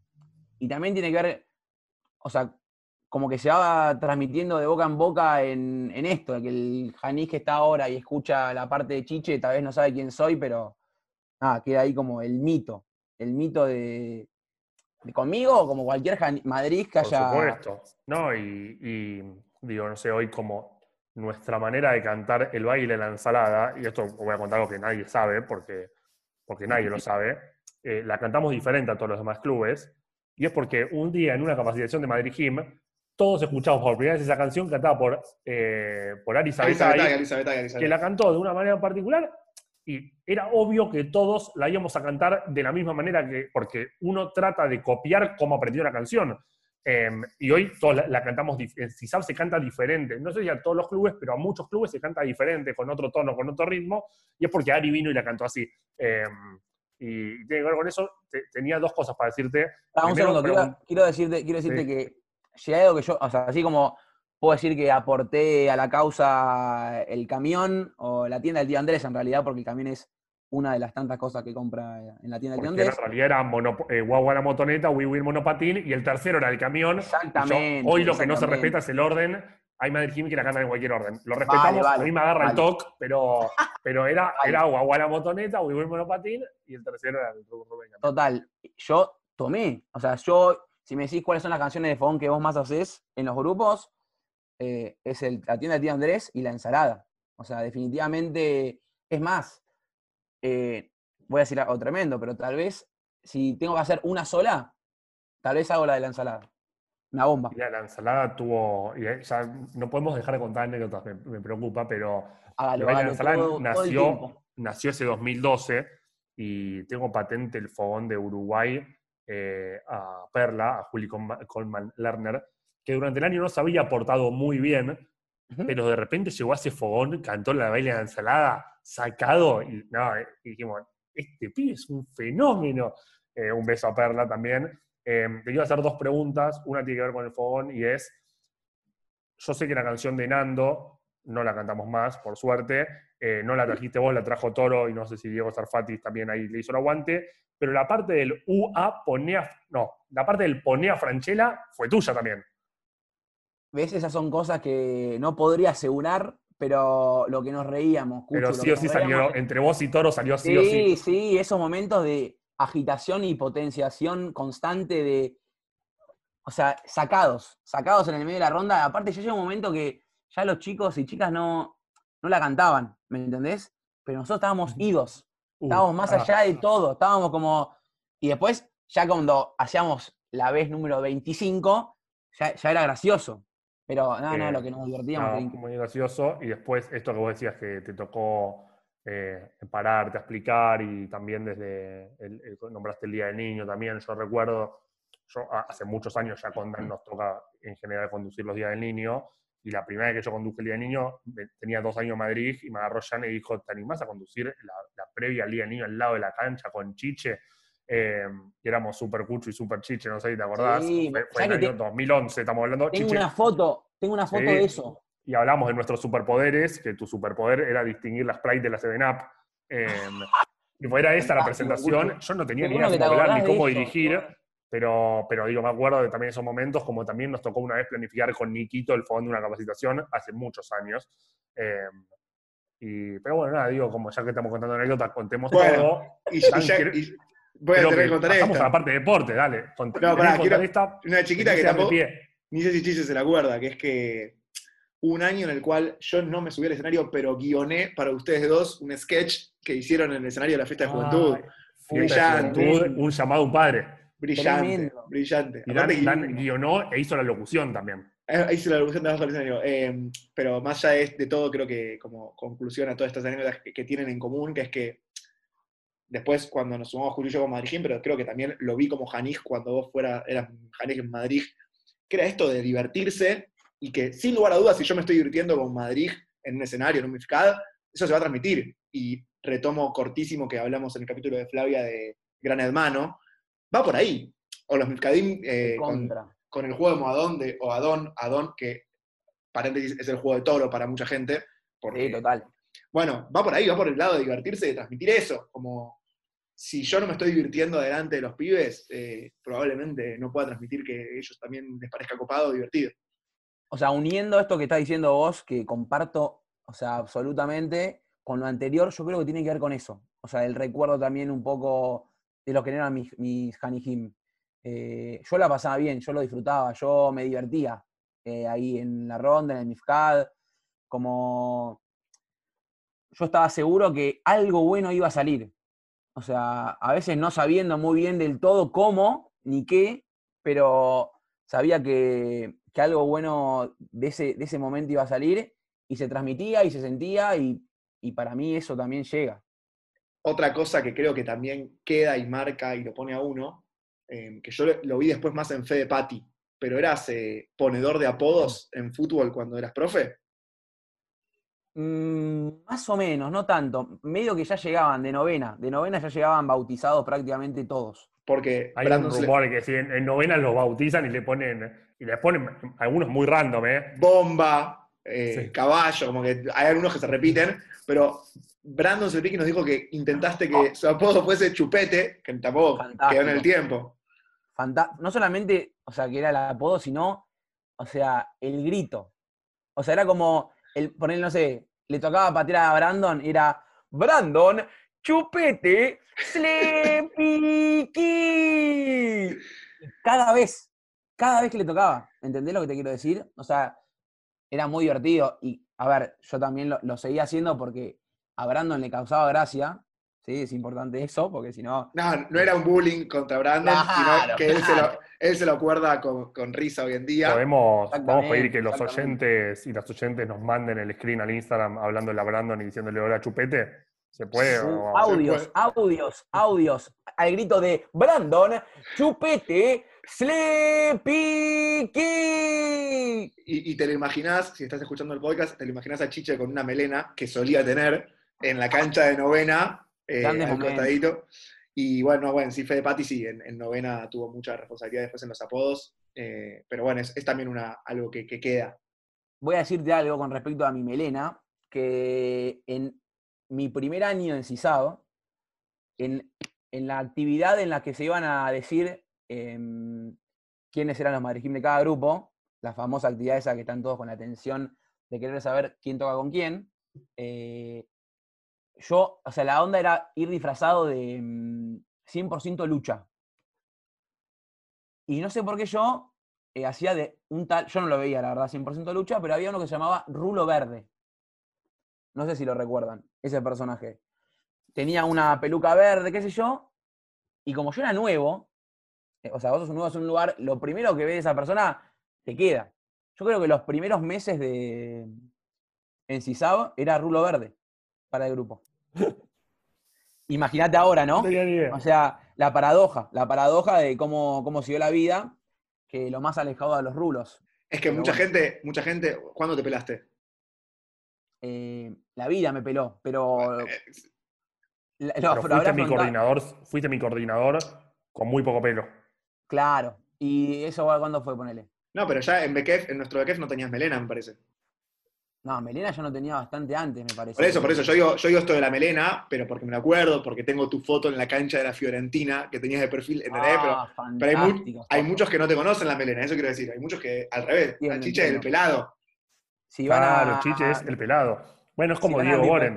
y también tiene que ver, o sea, como que se va transmitiendo de boca en boca en, en esto, de que el Janis que está ahora y escucha la parte de Chiche, tal vez no sabe quién soy, pero nada, queda ahí como el mito, el mito de, de conmigo o como cualquier Jan- Madrid que Por haya. supuesto. No, y, y, digo, no sé, hoy como nuestra manera de cantar el baile, la ensalada, y esto voy a contar algo que nadie sabe, porque, porque nadie lo sabe, eh, la cantamos diferente a todos los demás clubes, y es porque un día en una capacitación de Madrid Gym, todos escuchamos por primera vez esa canción cantada por, eh, por Ari Elizabeth, Sabetay, Elizabeth, que Elizabeth. la cantó de una manera particular, y era obvio que todos la íbamos a cantar de la misma manera, que, porque uno trata de copiar cómo aprendió la canción. Eh, y hoy todos la, la cantamos, en Sisab se canta diferente. No sé si a todos los clubes, pero a muchos clubes se canta diferente, con otro tono, con otro ritmo, y es porque Ari vino y la cantó así. Eh, y tiene que ver con eso. Te, tenía dos cosas para decirte. Para un Primero, segundo, quiero, pregun- quiero decirte, quiero decirte sí. que si hay algo que yo, o sea, así como puedo decir que aporté a la causa el camión o la tienda del tío Andrés, en realidad, porque el camión es una de las tantas cosas que compra en la tienda del tío Porque en Andrés. realidad era monopo- eh, guagua la motoneta, Wiwi el monopatín, y el tercero era el camión. Y yo, Exactamente, hoy lo que no se respeta exactamente. es el orden. Hay Madrid Gym que la cantan en cualquier orden. Lo Vale, respetamos, a mí vale, me agarra el vale, toque, pero, pero era, vale. era guagua la motoneta, Wiwi el monopatín, y el tercero era el Rubén Camión. Total, yo tomé, o sea, yo, si me decís cuáles son las canciones de fogón que vos más hacés en los grupos, eh, es el, la tienda del tío Andrés y la ensalada. O sea, definitivamente, es más, eh, voy a decir algo tremendo, pero tal vez, si tengo que hacer una sola, tal vez hago la de la ensalada. Una bomba. Mira, la ensalada tuvo, y ya no podemos dejar de contar anécdotas, me, me preocupa, pero el Hágalo, baile de la hágalo ensalada todo, todo el nació, tiempo. nació ese dos mil doce y tengo patente el fogón de Uruguay eh, a Perla, a Juli Colman Lerner, que durante el año no se había portado muy bien, Ujú. pero de repente llegó a ese fogón, cantó la baile de la ensalada, sacado, y, no, y dijimos, este pibe es un fenómeno. Eh, un beso a Perla también. Eh, te quiero hacer dos preguntas. Una tiene que ver con el fogón y es, yo sé que la canción de Nando no la cantamos más, por suerte. Eh, no la trajiste vos, la trajo Toro y no sé si Diego Sarfatis también ahí le hizo el aguante. Pero la parte del U A ponea, no, la parte del ponea Franchella fue tuya también. ¿Ves? Esas son cosas que no podría asegurar, pero lo que nos reíamos, Cucho, Pero lo sí que o nos sí reíamos. salió, entre vos y Toro salió sí o Sí, sí. sí, esos momentos de agitación y potenciación constante de, o sea, sacados, sacados en el medio de la ronda. Aparte, ya llega un momento que ya los chicos y chicas no, no la cantaban, ¿me entendés? Pero nosotros estábamos idos, Uh, estábamos más ah, allá de todo, estábamos como... Y después, ya cuando hacíamos la vez número veinticinco, ya, ya era gracioso. Pero no, no, eh, lo que nos divertíamos no, era increíble. muy gracioso. Y después esto que vos decías que te tocó eh, pararte a explicar y también desde, el, el- nombraste el Día del Niño también, yo recuerdo, yo a- hace muchos años ya con Dan nos toca en general conducir los Días del Niño, y la primera vez que yo conduje el Día del Niño, ve- tenía dos años en Madrid, y me agarró Jan y dijo, ¿te animás a conducir la, la previa al Día del Niño al lado de la cancha con Chiche? Eh, y éramos súper cucho y súper Chiche, no sé si te acordás, Sí, fue, fue en ¿sabes el que año te- dos mil once, estamos hablando, tengo Chiche, una foto, tengo una foto de sí, eso? y hablamos de nuestros superpoderes, que tu superpoder era distinguir la Sprite de la seven up. Eh, y pues era esa la Fantástico, presentación. Cucho. Yo no tenía Qué ni idea bueno que te cómo hablar ni acordás de cómo eso. dirigir, pero, pero digo, me acuerdo de también esos momentos, como también nos tocó una vez planificar con Nikito el fondo de una capacitación hace muchos años. Eh, y, pero bueno, nada, digo, como ya que estamos contando anécdotas, contemos Bueno, todo. y, y Dan, ya, quiere- y voy a creo tener que que contar pasamos a la esta. parte de deporte, dale. Cont- No, ¿Querés pará, contar quiero esta? una chiquita Después que se abre tampoco, pie. ni sé si Chiche se la acuerda, que es que hubo un año en el cual yo no me subí al escenario, pero guioné para ustedes dos un sketch que hicieron en el escenario de la fiesta de juventud. Ay, fiesta de Brillante, juventud, un llamado a un padre. brillante, Tremendo. brillante. Y Aparte, Dan, Dan gui- guionó e hizo la locución también. eh, hice la evolución de abajo del escenario. Eh, pero más allá de, de todo, creo que como conclusión a todas estas anécdotas que, que tienen en común, que es que después cuando nos sumamos Julio y yo con Madrid, pero creo que también lo vi como Janij cuando vos fuera, eras Janij en Madrid, que era esto de divertirse y que sin lugar a dudas, si yo me estoy divirtiendo con Madrid en un escenario, en un Mifcad, eso se va a transmitir. Y retomo cortísimo que hablamos en el capítulo de Flavia de Gran Hermano, va por ahí. O los Mifcadim De eh, con, contra. con el juego de Moadón, de, o Adón, Adón, que paréntesis es el juego de toro para mucha gente, porque, Sí, total. bueno, va por ahí, va por el lado de divertirse y de transmitir eso, como si yo no me estoy divirtiendo delante de los pibes, eh, probablemente no pueda transmitir que ellos también les parezca copado o divertido. O sea, uniendo esto que estás diciendo vos, que comparto, o sea, absolutamente, con lo anterior, yo creo que tiene que ver con eso. O sea, el recuerdo también un poco de lo que eran mis, mis Hanijim. Eh, yo la pasaba bien, yo lo disfrutaba, yo me divertía eh, ahí en la ronda, en el Mifcad, como yo estaba seguro que algo bueno iba a salir. O sea, a veces no sabiendo muy bien del todo cómo ni qué, pero sabía que, que algo bueno de ese, de ese momento iba a salir y se transmitía y se sentía y, y para mí eso también llega. Otra cosa que creo que también queda y marca y lo pone a uno, eh, que yo lo vi después más en Fede Patti, pero eras eh, ponedor de apodos en fútbol cuando eras profe. Mm, más o menos, no tanto. Medio que ya llegaban de novena. De novena ya llegaban bautizados prácticamente todos. Porque Hay Brandon un se le- rumor que si en, en novenas los bautizan y le ponen, y les ponen algunos muy random, ¿eh? Bomba, eh, Sí. caballo, como que hay algunos que se repiten, pero Brandon Selpiki nos dijo que intentaste que su apodo fuese Chupete, que tampoco quedó en el Fantástico. tiempo. Fanta- no solamente, o sea, que era el apodo, sino, o sea, el grito. O sea, era como, el, poner, no sé, le tocaba patear a Brandon, y era Brandon, chupete, slepiki. Cada vez, cada vez que le tocaba, ¿entendés lo que te quiero decir? O sea, era muy divertido. Y, a ver, yo también lo, lo seguía haciendo porque a Brandon le causaba gracia, ¿sí? Es importante eso, porque si no... No, no eh, era un bullying contra Brandon, sino Claro, que él se claro. lo, él se lo acuerda con, con risa hoy en día. Podemos, podemos pedir Exactamente, que los exactamente. oyentes y las oyentes nos manden el screen al Instagram hablándole a Brandon y diciéndole hola Chupete. ¿Se puede? Uh, o- Se audios, puede. audios, audios. Al grito de Brandon, chupete, slepiki. Y, y te lo imaginás, si estás escuchando el podcast, te lo imaginás a Chiche con una melena que solía tener en la cancha de novena, eh, Grandes al momentos. costadito. Y bueno, bueno, sí, Fede Patti sí, en, en novena tuvo mucha responsabilidad después en los apodos. eh, pero bueno, es, es también una, algo que, que queda. Voy a decirte algo con respecto a mi melena, que en mi primer año en CISAO, en, en la actividad en la que se iban a decir eh, quiénes eran los madrigim de cada grupo, la famosa actividad esa que están todos con la atención de querer saber quién toca con quién, eh, yo, o sea, la onda era ir disfrazado de mm, cien por ciento lucha. Y no sé por qué yo eh, hacía de un tal, yo no lo veía, la verdad, cien por ciento lucha, pero había uno que se llamaba Rulo Verde. No sé si lo recuerdan, ese personaje. Tenía una peluca verde, qué sé yo, y como yo era nuevo, eh, o sea, vos sos nuevo en un lugar, lo primero que ve de esa persona te queda. Yo creo que los primeros meses de en CISAB era Rulo Verde para el grupo. Imagínate ahora, No ¿no? tenía ni idea. O sea, la paradoja, la paradoja de cómo, cómo siguió la vida, que lo más alejado de los rulos. Es que Pero mucha bueno, gente, mucha gente, ¿cuándo te pelaste? eh, la vida me peló, pero Eh, la- no, Pero pero habrá fuiste mi afrontado. coordinador, fuiste mi coordinador con muy poco pelo. Claro. ¿Y eso cuándo fue, ponele? No, pero ya en Bekef, en nuestro Bekef no tenías melena, me parece. No, Melena yo no tenía bastante antes, me Por parece eso, por eso, que. yo digo, yo digo esto de la melena, pero porque me lo acuerdo, porque tengo tu foto en la cancha de la Fiorentina que tenías de perfil, ¿entendés? Pero, Ah, pero hay, mu- fantástica hay foto. muchos que no te conocen la melena, eso quiero decir. Hay muchos que, al revés, a Entiendo, Chiche es el entiendo. pelado. Si van Claro, Chiche a. es el pelado. Bueno, es Si como van a Diego mi per- Boren.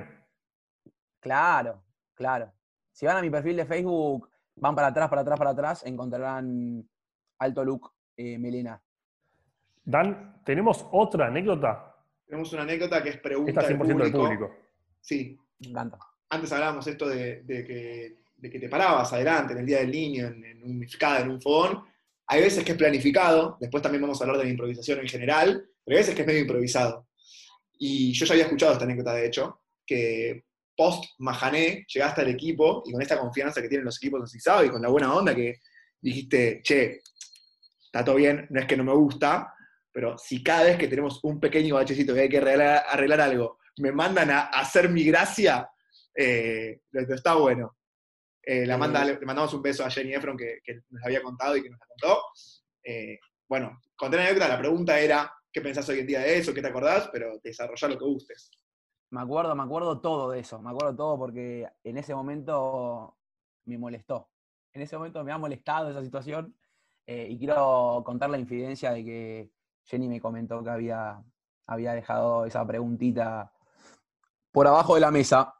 Claro, claro. Si van a mi perfil de Facebook, van para atrás, para atrás, para atrás, encontrarán alto look eh, Melena. Dan, ¿tenemos otra anécdota? Tenemos una anécdota que es Esta pregunta del cien por ciento del público. público. Sí, Me encanta. antes hablábamos esto de, de que, de que te parabas adelante en el Día del Niño, en, en un mifcada, en un fogón. Hay veces que es planificado, después también vamos a hablar de la improvisación en general, pero hay veces que es medio improvisado. Y yo ya había escuchado esta anécdota, de hecho, que post Mahané llegaste al equipo y con esta confianza que tienen los equipos en CISAO y con la buena onda que dijiste, che, está todo bien, no es que no me gusta, pero si cada vez que tenemos un pequeño bachecito que hay que arreglar, arreglar algo, me mandan a, a hacer mi gracia, eh, esto está bueno. Eh, la manda, Eh, le mandamos un beso a Jenny Efron que, que nos había contado y que nos la contó. Eh, bueno, conté la anécdota, la pregunta era, ¿qué pensás hoy en día de eso? ¿Qué te acordás? Pero desarrollar lo que gustes. me acuerdo, me acuerdo todo de eso. Me acuerdo todo porque en ese momento me molestó. En ese momento me ha molestado esa situación. Eh, y quiero contar la infidencia de que Jenny me comentó que había, había dejado esa preguntita por abajo de la mesa.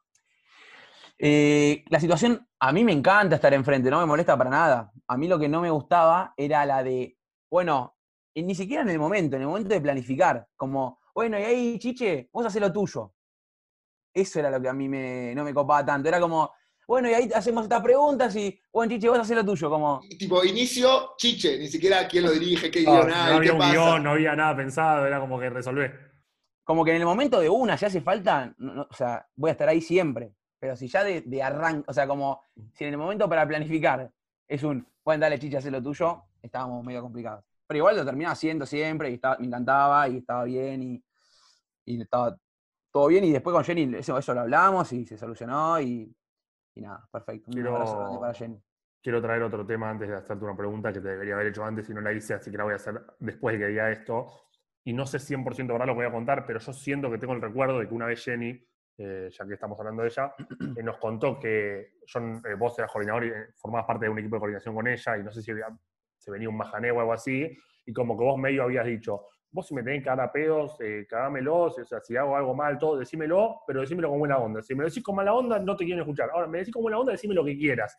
Eh, la situación, a mí me encanta estar enfrente, no me molesta para nada. A mí lo que no me gustaba era la de, bueno, y ni siquiera en el momento, en el momento de planificar, como, bueno, y ahí, Chiche, vos hacés lo tuyo. Eso era lo que a mí me, no me copaba tanto. Era como, bueno, y ahí hacemos estas preguntas y, bueno, Chiche, vos hacés lo tuyo, como, Y, tipo, inicio, Chiche, ni siquiera quién lo dirige, qué guión No, no hay, qué había un pasa. guión, no había nada pensado, era como que resolvé. como que en el momento de una, si hace falta, no- no, o sea, voy a estar ahí siempre. Pero si ya de, de arranque, o sea, como si en el momento para planificar es un, bueno, dale, Chiche, haz lo tuyo, estábamos medio complicados. Pero igual lo terminaba haciendo siempre y estaba, me encantaba y estaba bien y, y estaba todo bien. Y después con Jenny eso, eso lo hablamos y se solucionó y, y nada, perfecto. Un abrazo grande para Quiero, Jenny. quiero traer otro tema antes de hacerte una pregunta que te debería haber hecho antes y no la hice, así que la voy a hacer después de que diga esto. Y no sé cien por ciento verdad lo que voy a contar, pero yo siento que tengo el recuerdo de que una vez Jenny, eh, ya que estamos hablando de ella, eh, nos contó que yo, eh, vos eras coordinador y eh, formabas parte de un equipo de coordinación con ella, y no sé si había, se venía un majané o algo así, y como que vos medio habías dicho, vos si me tenés que dar a pedos, eh, cagámelos, o sea, si hago algo mal, todo, decímelo, pero decímelo con buena onda. Si me lo decís con mala onda, no te quieren escuchar. Ahora, me decís con buena onda, decime lo que quieras.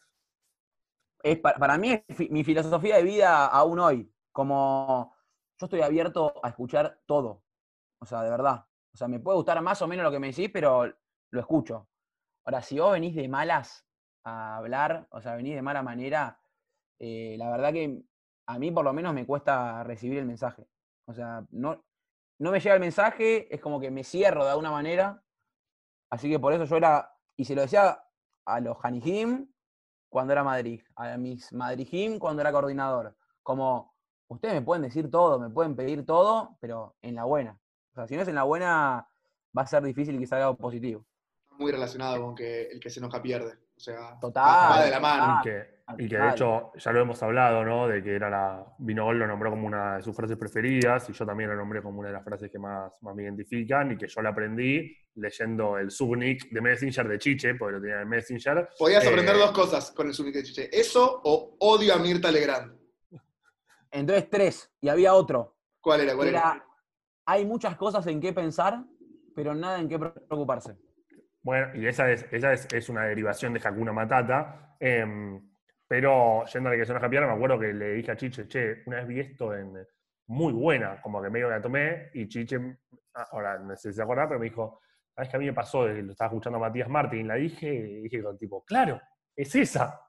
Es, para, para mí es fi- mi filosofía de vida aún hoy. Como yo estoy abierto a escuchar todo. O sea, de verdad. O sea, me puede gustar más o menos lo que me decís, pero lo escucho. Ahora, si vos venís de malas a hablar, o sea, venís de mala manera, eh, la verdad que a mí por lo menos me cuesta recibir el mensaje. O sea, no, no me llega el mensaje, es como que me cierro de alguna manera. Así que por eso yo era, y se lo decía a los Janijim cuando era Madrid, a mis Madrijim cuando era coordinador. Como, ustedes me pueden decir todo, me pueden pedir todo, pero en la buena. O sea, si no es en la buena, va a ser difícil que salga algo positivo. Muy relacionado con que el que se enoja pierde. O sea, va, va de Total, la mano. Y total, que, y que de total. hecho ya lo hemos hablado, ¿no? De que era la. Vinogol lo nombró como una de sus frases preferidas y yo también lo nombré como una de las frases que más, más me identifican y que yo la aprendí leyendo el subnick de Messenger de Chiche, porque lo tenía en Messenger. Podías aprender Eh, dos cosas con el subnick de Chiche. Eso o odio a Mirta Legrand. Entonces tres, y había otro, ¿Cuál era? que ¿Cuál era? era hay muchas cosas en qué pensar, pero nada en qué preocuparse. Bueno, y esa es, esa es, es una derivación de Hakuna Matata. Eh, pero yendo a la que son Happy Hour, me acuerdo que le dije a Chiche, che, una vez vi esto en muy buena, como que medio que la tomé, y Chiche, ahora no sé si se acuerda, pero me dijo, ¿sabes qué a mí me pasó? Lo estaba escuchando a Matías Martín, la dije, y dije con tipo, claro, es esa.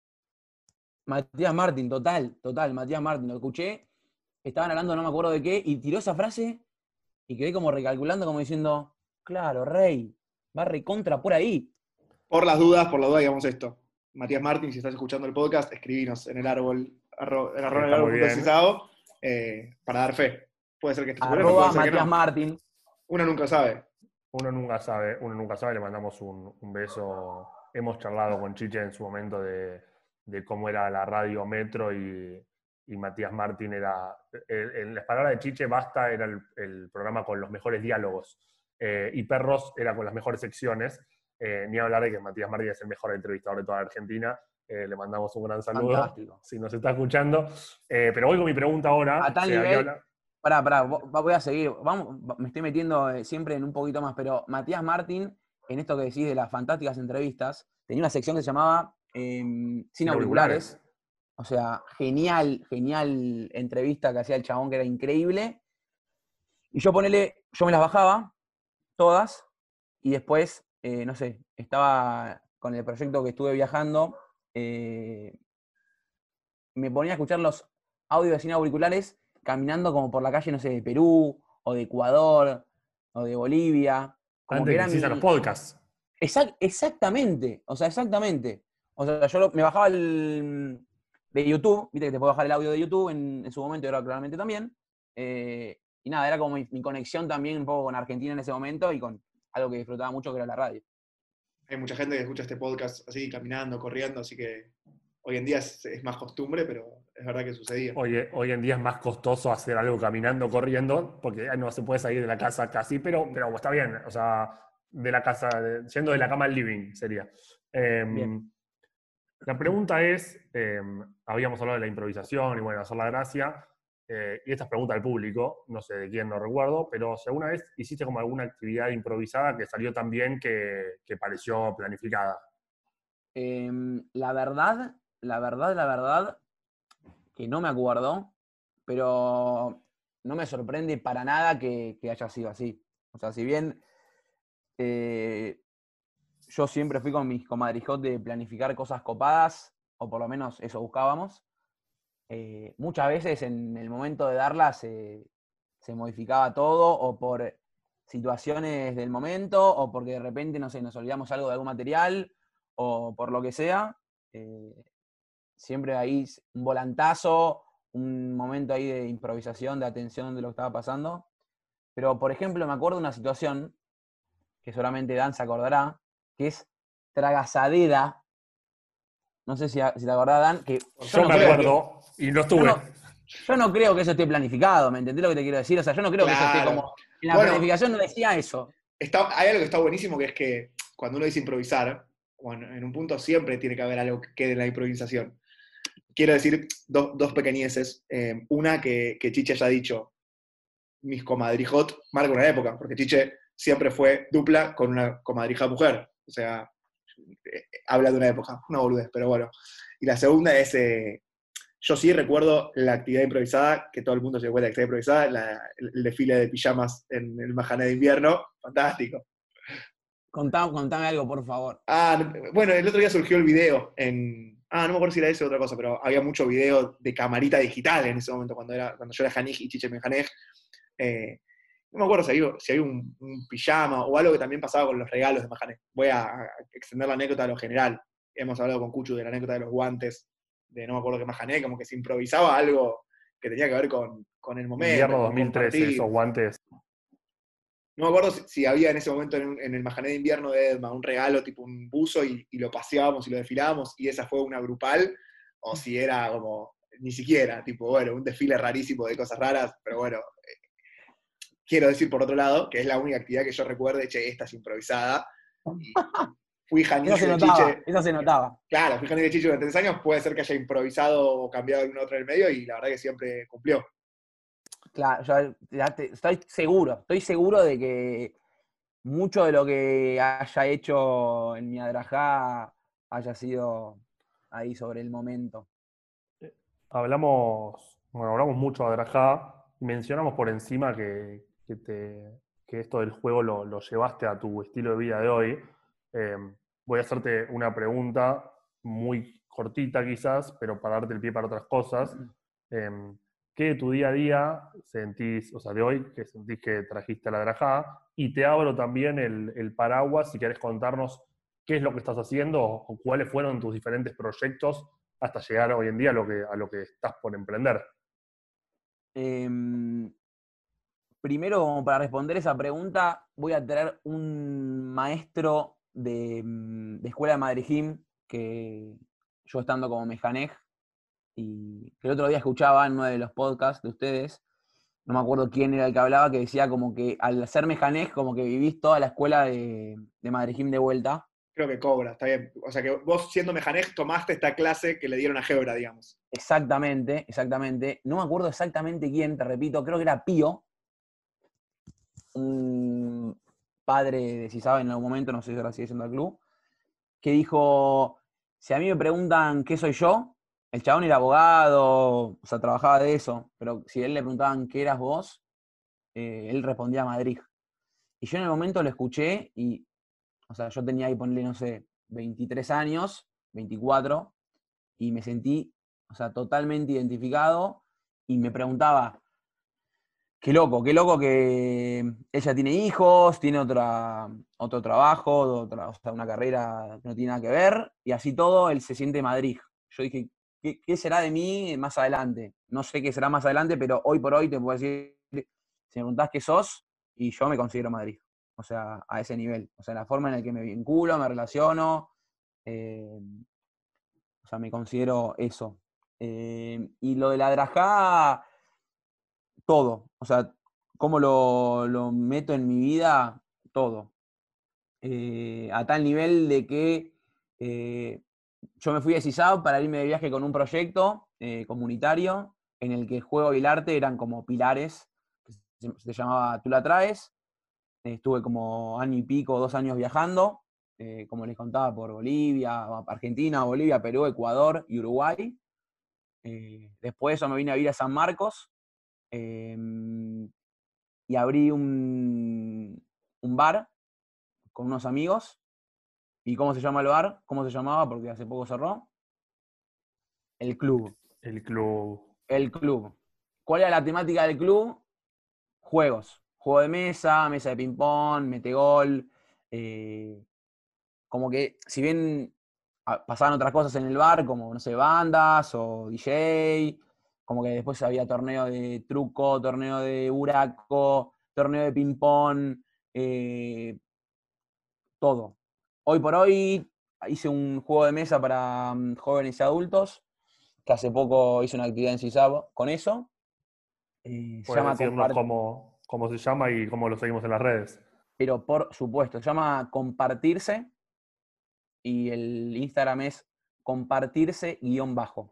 Matías Martín, total, total, Matías Martín, lo escuché, estaban hablando no me acuerdo de qué, y tiró esa frase, y quedé como recalculando, como diciendo, claro, Rey, va recontra por ahí. Por las dudas, por la duda, digamos esto. Matías Martín, si estás escuchando el podcast, escribinos en el árbol, arro, en arroba en el Está muy árbol bien. punto eh, para dar fe. Puede ser que estés seguro, Arroba puede ser que Matías no. Martín. Uno nunca sabe. Uno nunca sabe, uno nunca sabe, le mandamos un, un beso. Hemos charlado con Chiche en su momento de, de cómo era la radio Metro y, y Matías Martín era, en las palabras de Chiche, Basta era el, el programa con los mejores diálogos eh, y Perros era con las mejores secciones. Eh, ni hablar de que Matías Martín es el mejor entrevistador de toda la Argentina. Eh, le mandamos un gran saludo, Fantástico. si nos está escuchando. Eh, pero voy con mi pregunta ahora. A tal Se había nivel, hablado- pará, pará, vo- voy a seguir, vamos, me estoy metiendo eh, siempre en un poquito más, pero Matías Martín, en esto que decís de las fantásticas entrevistas, tenía una sección que se llamaba eh, Sin Sin auriculares. auriculares. O sea, genial, genial entrevista que hacía el chabón, que era increíble. Y yo ponele, yo me las bajaba, todas, y después, eh, no sé, estaba con el proyecto que estuve viajando, eh, me ponía a escuchar los audios de Sin auriculares caminando como por la calle, no sé, de Perú, o de Ecuador, o de Bolivia. Como Antes que de que era existan mi... los podcasts. Exact- exactamente, o sea, exactamente. O sea, yo lo- me bajaba el de YouTube, viste que te puedo bajar el audio de YouTube en, en su momento y ahora claramente también. eh, y nada, era como mi, mi conexión también un poco con Argentina en ese momento y con algo que disfrutaba mucho que era la radio. Hay mucha gente que escucha este podcast así, caminando, corriendo, así que hoy en día es, es más costumbre, pero es verdad que sucedía. Hoy, hoy en día es más costoso hacer algo caminando, corriendo, porque ya no se puede salir de la casa casi, pero, pero está bien, o sea, de la casa, de- yendo de la cama al living sería. Eh, Bien. La pregunta es, eh, habíamos hablado de la improvisación y bueno, hacer la gracia, eh, y esta es pregunta del público, no sé de quién, no recuerdo, pero si alguna vez hiciste como alguna actividad improvisada que salió tan bien que, que pareció planificada. Eh, la verdad, la verdad, la verdad, que no me acuerdo, pero no me sorprende para nada que, que haya sido así. O sea, si bien eh, yo siempre fui con mis comadrijos de planificar cosas copadas, o por lo menos eso buscábamos, eh, muchas veces en el momento de darlas se, se modificaba todo, o por situaciones del momento, o porque de repente, no sé, nos olvidamos algo de algún material, o por lo que sea. eh, siempre ahí un volantazo, un momento ahí de improvisación, de atención de lo que estaba pasando. Pero, por ejemplo, me acuerdo de una situación, que seguramente Dan se acordará, que es Tragasadera. No sé si, si te acordás, Dan, que yo, Yo no me creo acuerdo que, y no yo, estuve. no, yo no creo que eso esté planificado, ¿me entendés lo que te quiero decir? O sea, yo no creo que eso esté Claro. como... En la Bueno, planificación no decía eso. está, hay algo que está buenísimo, que es que cuando uno dice improvisar, bueno, en un punto siempre tiene que haber algo que quede en la improvisación. Quiero decir do, dos pequeñeces. Eh, una, que, que Chiche haya dicho, mis comadrijot marca una época, porque Chiche siempre fue dupla con una comadrija mujer. O sea, eh, habla de una época, una boludez, pero bueno. Y la segunda es, eh, yo sí recuerdo la actividad improvisada, que todo el mundo se dio cuenta de que está improvisada, la, el, el desfile de pijamas en el Mahané de invierno, fantástico. Contame, contame algo, por favor. Ah, bueno, el otro día surgió el video en... Ah, no me acuerdo si era eso o otra cosa, pero había mucho video de camarita digital en ese momento, cuando, era, cuando yo era Janij y Chiche Menjanej. Eh, no me acuerdo si había, si había un, un pijama o algo que también pasaba con los regalos de Mahané. Voy a, a extender la anécdota a lo general. Hemos hablado con Cuchu de la anécdota de los guantes, de no me acuerdo qué Mahané, como que se improvisaba algo que tenía que ver con, con el momento. Invierno con dos mil trece, compartir. esos guantes. No me acuerdo si, si había en ese momento en, en el Mahané de invierno de Edma un regalo tipo un buzo y, y lo paseábamos y lo desfilábamos y esa fue una grupal, o si era como, ni siquiera, tipo, bueno, un desfile rarísimo de cosas raras, pero bueno, eh, quiero decir por otro lado que es la única actividad que yo recuerde, che, esta es improvisada. Y fui Janij Eso se de notaba, Chiche. eso se notaba. Claro, fui Janij de Chiche durante tres años, puede ser que haya improvisado o cambiado alguna otra en el medio y la verdad que siempre cumplió. Claro, yo ya te- estoy seguro, estoy seguro de que mucho de lo que haya hecho en mi Adrajá haya sido ahí sobre el momento. Hablamos, bueno, hablamos mucho de Adrajá y mencionamos por encima que, que, te- que esto del juego lo, lo llevaste a tu estilo de vida de hoy. Eh, voy a hacerte una pregunta muy cortita quizás, pero para darte el pie para otras cosas. Eh, ¿Qué de tu día a día sentís, o sea, de hoy, que sentís que trajiste a la Adrajá? Y te abro también el, el paraguas si querés contarnos qué es lo que estás haciendo o cuáles fueron tus diferentes proyectos hasta llegar hoy en día a lo que, a lo que estás por emprender. Em, Primero, como para responder esa pregunta, voy a traer un maestro de, mm, de escuela de Madrid, que yo estando como mejanej, y que el otro día escuchaba en uno de los podcasts de ustedes, no me acuerdo quién era el que hablaba, que decía como que al ser mejanej, como que vivís toda la escuela de, de Madrid de vuelta. Creo que cobra, está bien. O sea que vos siendo mejanej tomaste esta clase que le dieron a Gebra, digamos. Exactamente, exactamente. No me acuerdo exactamente quién, te repito, creo que era Pío, un padre de si sabe en algún momento, no sé si ahora sigue siendo al club, que dijo, si a mí me preguntan qué soy yo, el chabón era abogado, o sea, trabajaba de eso, pero si a él le preguntaban qué eras vos, eh, él respondía Madrid. Y yo en el momento lo escuché y, o sea, yo tenía ahí, ponerle, no sé, veintitrés años, veinticuatro, y me sentí, o sea, totalmente identificado y me preguntaba, qué loco, qué loco que ella tiene hijos, tiene otra, otro trabajo, otra, o sea, una carrera que no tiene nada que ver, y así todo, él se siente Madrid. Yo dije, ¿qué, qué será de mí más adelante? No sé qué será más adelante, pero hoy por hoy te puedo decir, si me preguntás qué sos, y yo me considero Madrid. O sea, a ese nivel. O sea, la forma en la que me vinculo, me relaciono, eh, o sea, me considero eso. Eh, y lo de la Drajá, todo. O sea, cómo lo, lo meto en mi vida, todo. Eh, a tal nivel de que eh, yo me fui a CISAB para irme de viaje con un proyecto eh, comunitario en el que el juego y el arte eran como pilares, que se, se llamaba Tú la traes. Eh, estuve como año y pico, dos años viajando, eh, como les contaba, por Bolivia, Argentina, Bolivia, Perú, Ecuador y Uruguay. Eh, después de eso me vine a vivir a San Marcos, eh, y abrí un, un bar con unos amigos. ¿Y cómo se llama el bar? ¿Cómo se llamaba? Porque hace poco cerró. El club. El club. El club. ¿Cuál era la temática del club? Juegos. Juego de mesa, mesa de ping-pong, metegol. Eh, como que, si bien pasaban otras cosas en el bar, como, no sé, bandas o D J, como que después había torneo de truco, torneo de buraco, torneo de ping-pong, eh, todo. Hoy por hoy hice un juego de mesa para um, jóvenes y adultos, que hace poco hice una actividad en CISAB con eso. Eh, se Puedes llama decirnos Compart, cómo, cómo se llama y cómo lo seguimos en las redes. pero por supuesto, se llama Compartirse y el Instagram es compartirse guión bajo.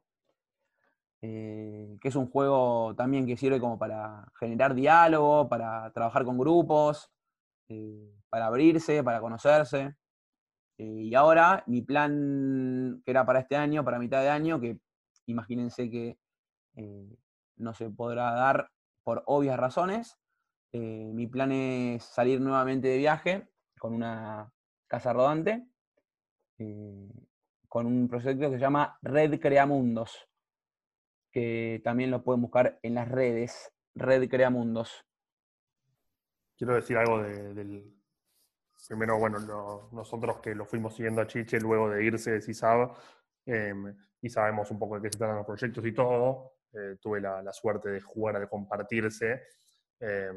Eh, que es un juego también que sirve como para generar diálogo, para trabajar con grupos, eh, para abrirse, para conocerse. Eh, y ahora mi plan, que era para este año, para mitad de año, que imagínense que eh, no se podrá dar por obvias razones, eh, mi plan es salir nuevamente de viaje con una casa rodante, eh, con un proyecto que se llama Red Creamundos, que también lo pueden buscar en las redes, Red Creamundos. Quiero decir algo de- del... Primero, bueno, lo- nosotros que lo fuimos siguiendo a Chiche luego de irse de CISAB, eh, y sabemos un poco de qué se tratan los proyectos y todo, eh, tuve la, la suerte de jugar al compartirse, eh,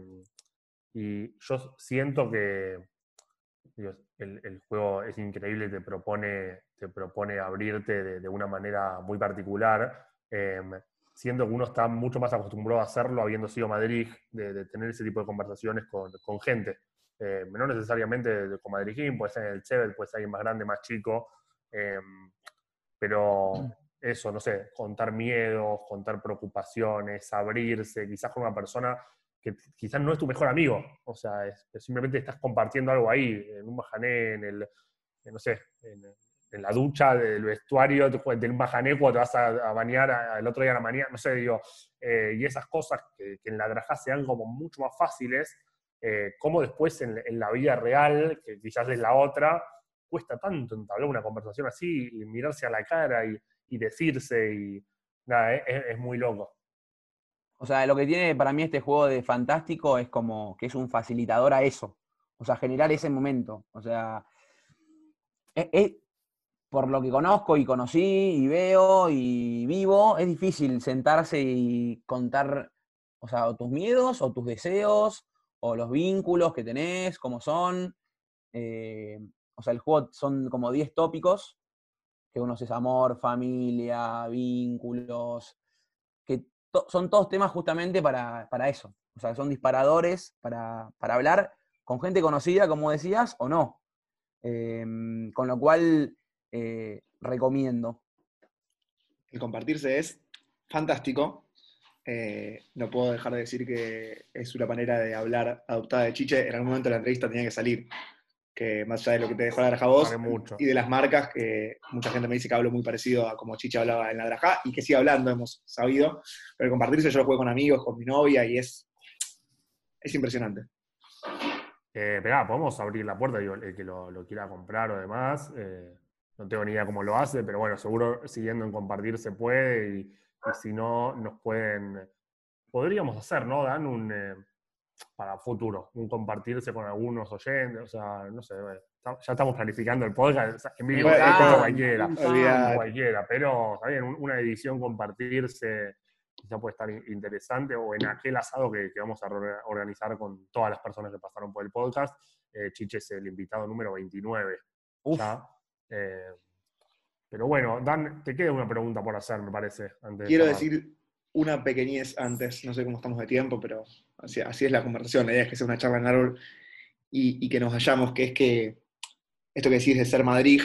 y yo siento que digo, el, el juego es increíble, te propone, te propone abrirte de, de una manera muy particular. Eh, siento que uno está mucho más acostumbrado a hacerlo habiendo sido Madrid, de, de tener ese tipo de conversaciones con, con gente. Eh, no necesariamente de, de, con Madrid, puede ser en el Chevel, puede ser alguien más grande, más chico, eh, pero eso, no sé, contar miedos, contar preocupaciones, abrirse, quizás con una persona que quizás no es tu mejor amigo, o sea, es, es simplemente estás compartiendo algo ahí, en un majané, en el, en, no sé, en, en la ducha del vestuario del majané cuando te vas a, a bañar a, el otro día a la mañana, no sé, digo, eh, y esas cosas que, que en la drajá sean como mucho más fáciles, eh, como después en, en la vida real, que quizás es la otra, cuesta tanto entablar una conversación así, y mirarse a la cara y, y decirse, y nada, es, es muy loco. O sea, lo que tiene para mí este juego de Fantástico es como que es un facilitador a eso. O sea, generar ese momento. O sea, es, es- por lo que conozco y conocí y veo y vivo, es difícil sentarse y contar, o sea, o tus miedos o tus deseos o los vínculos que tenés, cómo son. Eh, o sea, el juego son como diez tópicos, que uno es amor, familia, vínculos, que to- son todos temas justamente para, para eso. O sea, son disparadores para, para hablar con gente conocida, como decías, o no. Eh, con lo cual, eh, recomiendo. El compartirse es fantástico. Eh, no puedo dejar de decir que es una manera de hablar adoptada de Chiche. En algún momento de la entrevista tenía que salir, que más allá de lo que te dejó la Grajá Vale vos mucho. y de las marcas, que mucha gente me dice que hablo muy parecido a como Chiche hablaba en la Grajá y que sigue hablando, hemos sabido. Pero el compartirse yo lo juego con amigos, con mi novia y es, es impresionante. Eh, Esperá, podemos abrir la puerta, digo, el que lo, lo quiera comprar o demás. Eh, no tengo ni idea cómo lo hace, pero bueno, seguro siguiendo en compartir se puede y, y si no, nos pueden... Podríamos hacer, ¿no, Dan? Un, eh, para futuro, un compartirse con algunos oyentes, o sea, no sé, bueno, ya estamos planificando el podcast, o sea, en Me vivo, encanta, escucha me cualquiera, encanta. cualquiera, pero está bien, una edición compartirse quizá puede estar interesante, o en aquel asado que, que vamos a organizar con todas las personas que pasaron por el podcast. eh, Chiche es el invitado número veintinueve Uf. ya. Eh, pero bueno, Dan, te queda una pregunta por hacer, me parece, antes de Quiero cerrar. decir una pequeñez antes, no sé cómo estamos de tiempo, pero así, así es la conversación. La idea es que sea una charla en árbol y, y que nos vayamos, que es que esto que decís de ser Madrid,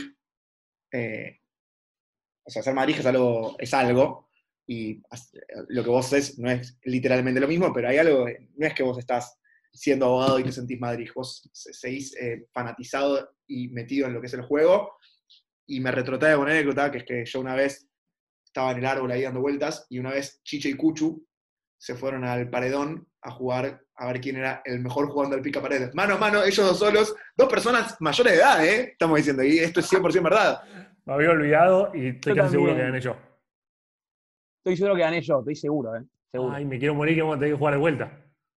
eh, o sea, ser Madrid es algo, es algo, y lo que vos haces no es literalmente lo mismo, pero hay algo, no es que vos estás siendo abogado y te sentís Madrid, vos seguís eh, fanatizado y metido en lo que es el juego, y me retrotrae con una anécdota, que es que yo una vez estaba en el árbol ahí dando vueltas, y una vez Chiche y Cuchu se fueron al paredón a jugar, a ver quién era el mejor jugando al pica paredes. Mano a mano, ellos dos solos, dos personas mayores de edad, ¿eh? Estamos diciendo, y esto es cien por ciento verdad. Me había olvidado y estoy Yo casi seguro que también. gané yo. Estoy seguro que gané yo, estoy seguro, ¿eh? Seguro. Ay, me quiero morir que vamos a tener que jugar de vuelta.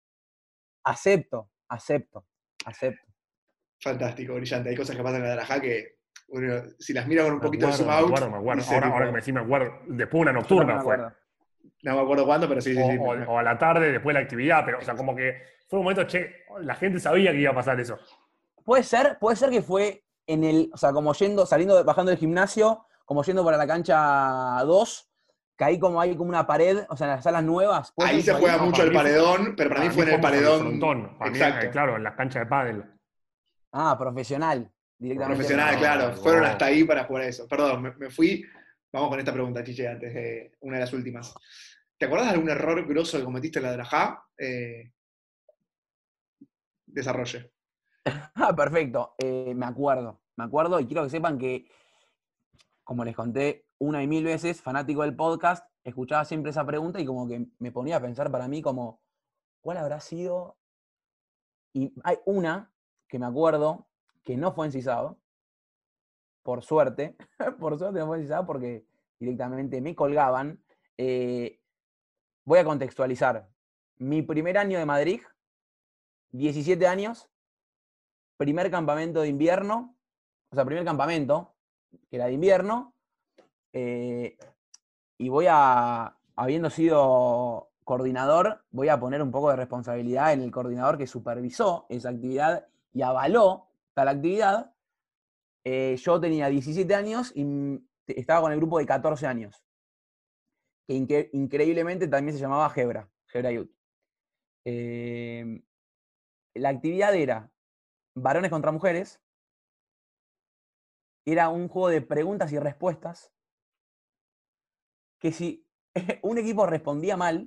Acepto, acepto, acepto. Fantástico, brillante. Hay cosas que pasan en la Darajá que uno, si las mira con un Me poquito de acuerdo, zoom me out, acuerdo, me acuerdo. dice, Ahora, tipo, ahora que me decís, me acuerdo. Después una Yo también nocturna me fue. acuerdo. no me acuerdo cuándo, pero sí, sí, O, sí. o- me- o a la tarde, después de la actividad, pero, o sea, como que fue un momento, che, la gente sabía que iba a pasar eso. Puede ser, puede ser que fue en el, o sea, como yendo, saliendo, bajando del gimnasio, como yendo para la cancha dos, que ahí como hay como una pared, o sea, en las salas nuevas. ¿Puede Ahí ser que se fue juega ahí? No, mucho para el mí, fue- paredón, pero para mí para mí fue en el fuimos al de paredón frontón. Para mí, eh, exacto. claro, en las canchas de pádel. Ah, profesional, directamente Profesional, Profesional, claro. Fueron hasta vos. ahí para jugar eso. Perdón, me, me fui. Vamos con esta pregunta, Chiche, antes de una de las últimas. ¿Te acordás de algún error grosso que cometiste en la Darajá? Eh, desarrolle. Ah, perfecto. Eh, me acuerdo, me acuerdo y quiero que sepan que, como les conté una y mil veces, fanático del podcast, escuchaba siempre esa pregunta y como que me ponía a pensar para mí como, ¿cuál habrá sido? Y hay una que me acuerdo que no fue encisado, por suerte, por suerte no fue encisado porque directamente me colgaban. Eh, voy a contextualizar. Mi primer año de Madrid, diecisiete años, primer campamento de invierno, o sea, primer campamento, que era de invierno, eh, y voy a, habiendo sido coordinador, voy a poner un poco de responsabilidad en el coordinador que supervisó esa actividad y avaló tal actividad. Eh, yo tenía diecisiete años y estaba con el grupo de catorce años, que incre increíblemente también se llamaba Gebra, Gebra Youth. Eh, la actividad era varones contra mujeres, era un juego de preguntas y respuestas, que si un equipo respondía mal,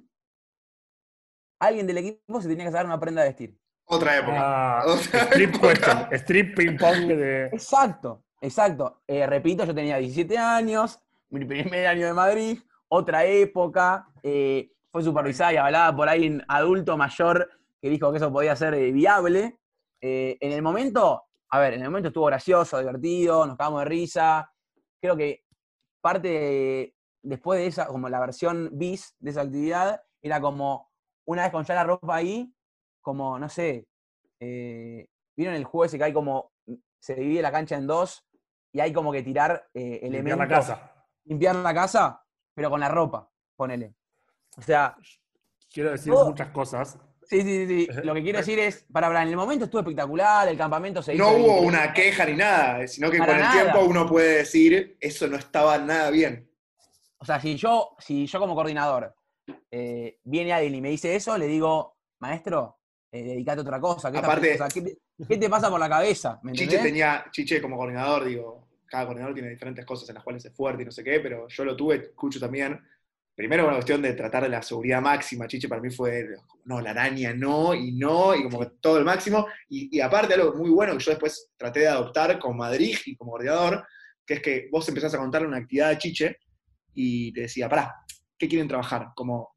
alguien del equipo se tenía que sacar una prenda de vestir. Otra época. Ah, Otra strip época. question, strip ping pong de... Exacto, exacto. Eh, repito, yo tenía diecisiete años, mi primer año de Madrid, otra época, eh, fue supervisada y avalada por alguien adulto mayor que dijo que eso podía ser eh, viable. Eh, en el momento, a ver, en el momento estuvo gracioso, divertido, nos cagamos de risa. Creo que parte de, después de esa, como la versión bis de esa actividad, era como, una vez con ya la ropa ahí, como, no sé, eh, ¿vieron el juego ese que hay como, se divide la cancha en dos y hay como que tirar eh, Limpiar elementos? la casa. Limpiar la casa, pero con la ropa, ponele. O sea, Quiero decir todo- muchas cosas. sí, sí, sí, sí. Lo que quiero decir es, para, para, en el momento estuvo espectacular, el campamento se hizo No hubo increíble. una queja ni nada, sino que Para con el nada. tiempo uno puede decir, eso no estaba nada bien. O sea, si yo, si yo como coordinador eh, viene alguien y me dice eso, le digo, maestro, eh, dedicate a otra cosa. ¿Qué, Aparte- estás- o sea, ¿qué, te, qué te pasa por la cabeza? ¿Me Chiche entendés? tenía, Chiche como coordinador, digo, cada coordinador tiene diferentes cosas en las cuales es fuerte y no sé qué, pero yo lo tuve, Cucho también. Primero una cuestión de tratar de la seguridad máxima. Chiche para mí fue, no, la araña no, y no, y como Sí. que todo el máximo. Y, y aparte algo muy bueno que yo después traté de adoptar con Madrid y como coordinador, que es que vos empezás a contarle una actividad a Chiche y te decía, pará, ¿qué quieren trabajar? Como,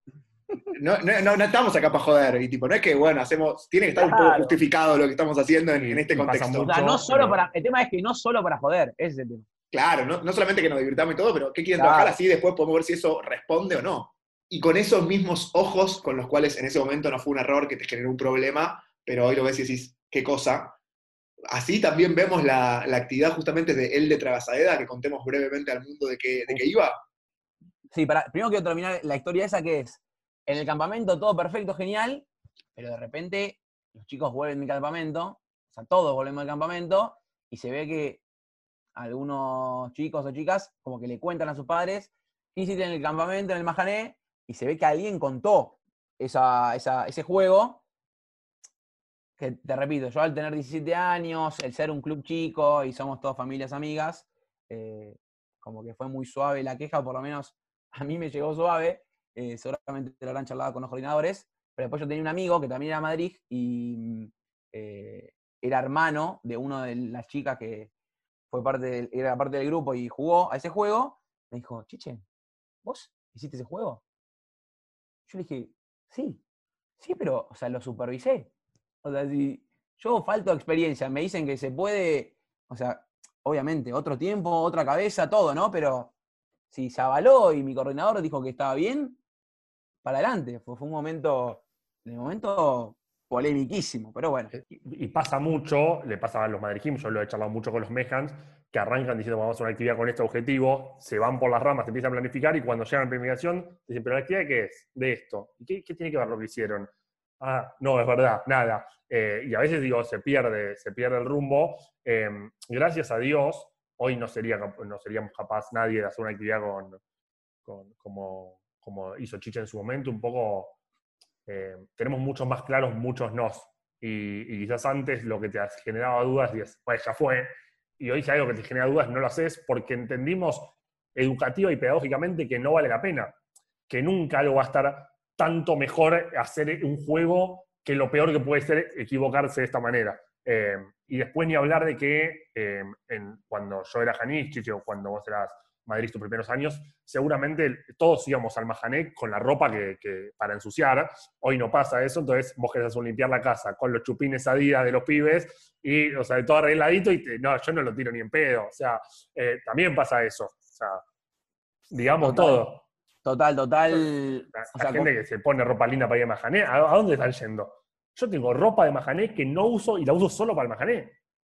no, no, no, no estamos acá para joder, y tipo, no es que, bueno, hacemos, tiene que estar un poco Claro. justificado lo que estamos haciendo en, Y- en este y pasa contexto. O sea, mucho, no solo lo- para. El tema es que no solo para joder, ese es el tema. Claro, no, no solamente que nos divirtamos y todo, pero ¿qué quieren Claro. trabajar? Así después podemos ver si eso responde o no. Y con esos mismos ojos con los cuales en ese momento no fue un error que te generó un problema, pero hoy lo ves y decís, ¿qué cosa? Así también vemos la, la actividad justamente de El de Tragasaeda, que contemos brevemente al mundo de qué de qué iba. Sí, para, primero quiero terminar la historia esa que es, en el campamento todo perfecto, genial, pero de repente los chicos vuelven del campamento, o sea, todos volvemos del campamento, y se ve que algunos chicos o chicas como que le cuentan a sus padres qué hiciste en el campamento, en el Majané, y se ve que alguien contó esa, esa, ese juego, que te repito, yo al tener diecisiete años, el ser un club chico y somos todos familias amigas, eh, como que fue muy suave la queja, o por lo menos a mí me llegó suave, eh, seguramente lo habrán charlado con los coordinadores, pero después yo tenía un amigo que también era de Madrid y eh, era hermano de una de las chicas que fue parte del, era parte del grupo y jugó a ese juego, me dijo, Chiche, ¿vos hiciste ese juego? Yo le dije, sí, sí, pero, o sea, lo supervisé. O sea, si yo falto de experiencia, me dicen que se puede, o sea, obviamente, otro tiempo, otra cabeza, todo, ¿no? Pero si se avaló y mi coordinador dijo que estaba bien, para adelante. Fue, fue un momento, de momento, polemiquísimo, pero bueno. Y, y pasa mucho, le pasa a los Madrid Gym, yo lo he charlado mucho con los Mejans, que arrancan diciendo vamos a hacer una actividad con este objetivo, se van por las ramas, se empiezan a planificar y cuando llegan a la planificación dicen, pero la actividad ¿qué es? De esto. ¿Y qué, qué tiene que ver lo que hicieron? Ah, no, es verdad, nada. Eh, y a veces digo, se pierde, se pierde el rumbo. Eh, gracias a Dios, hoy no, sería, no seríamos capaz nadie de hacer una actividad con, con, como, como hizo Chicha en su momento, un poco, eh, tenemos muchos más claros muchos nos. Y, y quizás antes lo que te generaba dudas dices, pues ya fue. Y hoy si hay algo que te genera dudas no lo haces porque entendimos educativa y pedagógicamente que no vale la pena. Que nunca algo va a estar tanto mejor hacer un juego que lo peor que puede ser equivocarse de esta manera. Eh, y después ni hablar de que eh, en, cuando yo era Janisch o cuando vos eras Madrid tus primeros años, seguramente todos íbamos al Majané con la ropa que, que, para ensuciar. Hoy no pasa eso, entonces vos querés hacer limpiar la casa con los chupines Adidas de los pibes y, o sea, de todo arregladito y te, no, yo no lo tiro ni en pedo. O sea, eh, también pasa eso. O sea, digamos Total, todo. total, total. La, O la sea, gente con- que se pone ropa linda para ir a Majané, ¿a, a dónde están yendo? Yo tengo ropa de Majané que no uso y la uso solo para el Majané.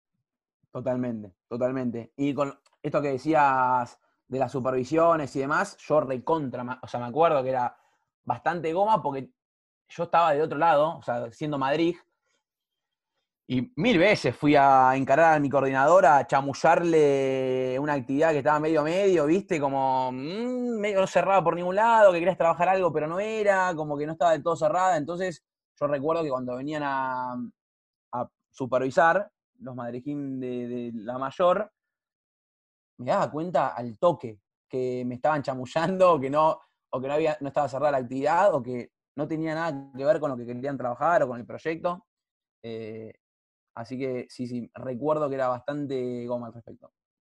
Totalmente, totalmente. Y con esto que decías de las supervisiones y demás, yo recontra, ma- o sea, me acuerdo que era bastante goma porque yo estaba de otro lado, o sea, siendo Madrid, y mil veces fui a encarar a mi coordinadora, a chamullarle una actividad que estaba medio a medio, ¿viste? Como mm, medio no cerrada por ningún lado, que querías trabajar algo, pero no era, como que no estaba del todo cerrada. Entonces, yo recuerdo que cuando venían a, a supervisar los madrijín de, de la mayor, me daba cuenta al toque. que me estaban chamullando, o que no, o que no, había, no estaba cerrada la actividad, o que no tenía nada que ver con lo que querían trabajar o con el proyecto. Eh, así que sí, sí, recuerdo que era bastante goma al respecto.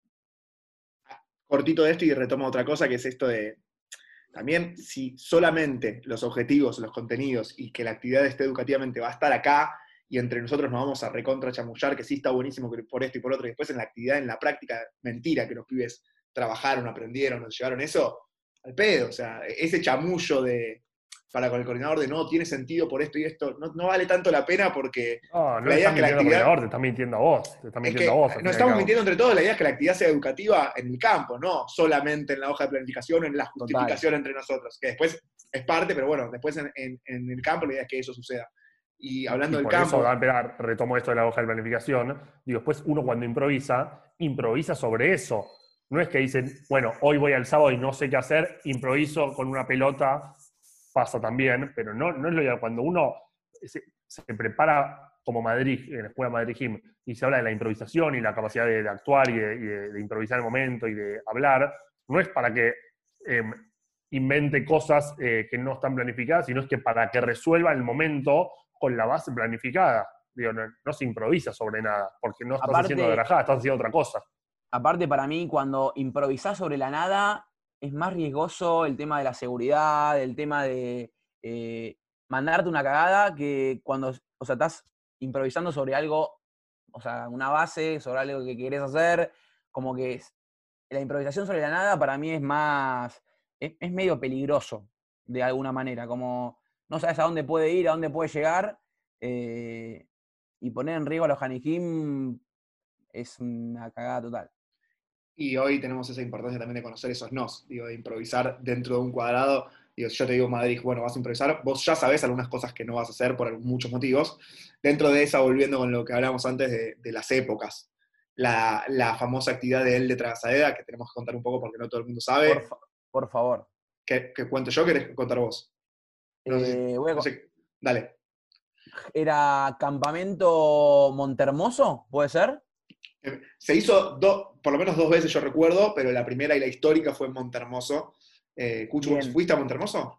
Cortito de esto y retomo otra cosa, que es esto de, también si solamente los objetivos, los contenidos y que la actividad esté educativamente va a estar acá y entre nosotros nos vamos a recontra chamullar, que sí está buenísimo por esto y por otro, y después en la actividad, en la práctica, mentira que los pibes trabajaron, aprendieron, nos llevaron eso, al pedo. O sea, ese chamullo de, para con el coordinador de no, tiene sentido por esto y esto, no, no vale tanto la pena porque No, no la le idea estás es que la mintiendo al actividad... coordinador, te estás mintiendo a vos. Te estás Es mintiendo que a vos. al fin nos y al estamos cabo. mintiendo entre todos, la idea es que la actividad sea educativa en el campo, no solamente en la hoja de planificación o en la justificación entre nosotros, que después es parte, pero bueno, después en, en, en el campo la idea es que eso suceda. Y hablando Y del por campo... eso, Dan, espera, retomo esto de la hoja de planificación, digo, después uno cuando improvisa, improvisa sobre eso. No es que dicen, bueno, hoy voy al sábado y no sé qué hacer, improviso con una pelota, pasa también, pero no, no es lo ideal. Cuando uno se, se prepara como Madrid, en la Escuela Madrid Gym, y se habla de la improvisación y la capacidad de, de actuar y, de, y de, de improvisar el momento y de hablar, no es para que eh, invente cosas eh, que no están planificadas, sino es que para que resuelva el momento con la base planificada. Digo, no, no se improvisa sobre nada, porque no estás Aparte, haciendo grajada, estás haciendo otra cosa. Aparte, para mí, cuando improvisás sobre la nada, es más riesgoso el tema de la seguridad, el tema de eh, mandarte una cagada, que cuando, o sea, estás improvisando sobre algo, o sea, una base, sobre algo que querés hacer, como que es, la improvisación sobre la nada para mí es más, es, es medio peligroso, de alguna manera, como no sabes a dónde puede ir, a dónde puede llegar, eh, y poner en riesgo a los Hanejim es una cagada total. Y hoy tenemos esa importancia también de conocer esos nos, digo, de improvisar dentro de un cuadrado. Digo, si yo te digo Madrid, bueno, vas a improvisar, vos ya sabés algunas cosas que no vas a hacer por muchos motivos. Dentro de esa, volviendo con lo que hablábamos antes de, de las épocas, la, la famosa actividad de él de Tragasadera, que tenemos que contar un poco porque no todo el mundo sabe. Por, fa por favor. ¿Que, que cuento yo o querés contar vos? No sé si, Eh, voy a no sé, dale. ¿Era Campamento Montermoso? ¿Puede ser? Se hizo do, por lo menos dos veces, yo recuerdo, pero la primera y la histórica fue en Montermoso. Eh, Cucho, ¿vos fuiste a Montermoso?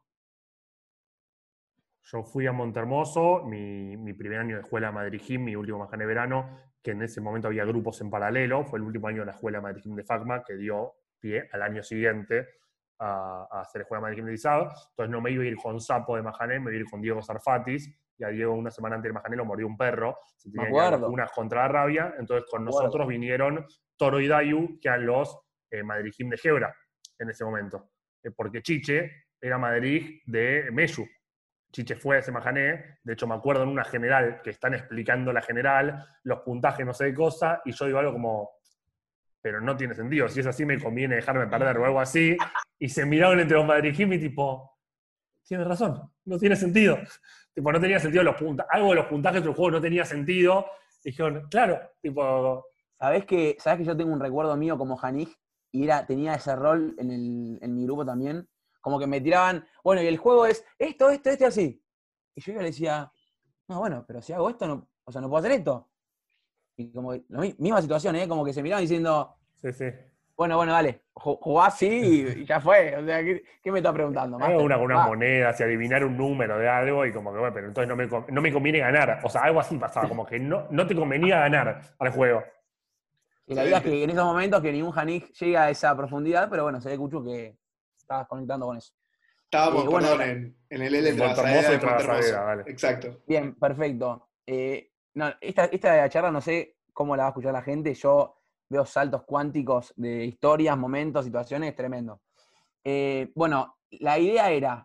Yo fui a Montermoso, mi, mi primer año de escuela Madrid Gym, mi último Majané Verano, que en ese momento había grupos en paralelo, fue el último año de la escuela Madrid Gym de FACMA, que dio pie al año siguiente a, a hacer escuela Madrid Gym de Izado. Entonces no me iba a ir con Sapo de Majané, me iba a ir con Diego Sarfatis, y a Diego una semana antes del Majané lo mordió un perro, se tenían que dar vacunas contra la rabia, entonces con nosotros vinieron Toro y Dayu, que eran los eh, Madrid Gym de Gebra en ese momento, eh, porque Chiche era Madrid de Meyu. Chiche fue a ese Majané, de hecho me acuerdo en una general que están explicando la general, los puntajes, no sé qué cosa, y yo digo algo como, pero no tiene sentido, si es así me conviene dejarme perder o algo así, y se miraron entre los Madrid Gym y tipo, tienes razón, no tiene sentido. Tipo, no tenía sentido los puntajes, algo de los puntajes del juego no tenía sentido, y dijeron, claro, tipo... ¿Sabés que, ¿Sabés que yo tengo un recuerdo mío como Janij? Y era, tenía ese rol en, el, en mi grupo también, como que me tiraban, bueno, y el juego es esto, esto, esto, así. Y yo le decía, no, bueno, pero si hago esto, no, o sea, no puedo hacer esto. Y como, la misma situación, ¿eh? Como que se miraban diciendo, sí, sí. Bueno, bueno, dale, jugá así y ya fue. O sea, ¿qué, qué me está preguntando? Hago una con unas monedas y adivinar un número de algo y como que, bueno, pero entonces no me, no me conviene ganar. O sea, algo así pasaba, como que no, no te convenía ganar al juego. Y la idea es que en esos momentos que ningún Janij llega a esa profundidad, pero bueno, se ve, Cucho, que estabas conectando con eso. Estábamos, eh, bueno, perdón, en, en el L de Montermoso y Tragasadera, vale. Exacto. Bien, perfecto. Eh, no, esta, esta charla no sé cómo la va a escuchar la gente. Yo veo saltos cuánticos de historias, momentos, situaciones, tremendo. Eh, bueno, la idea era,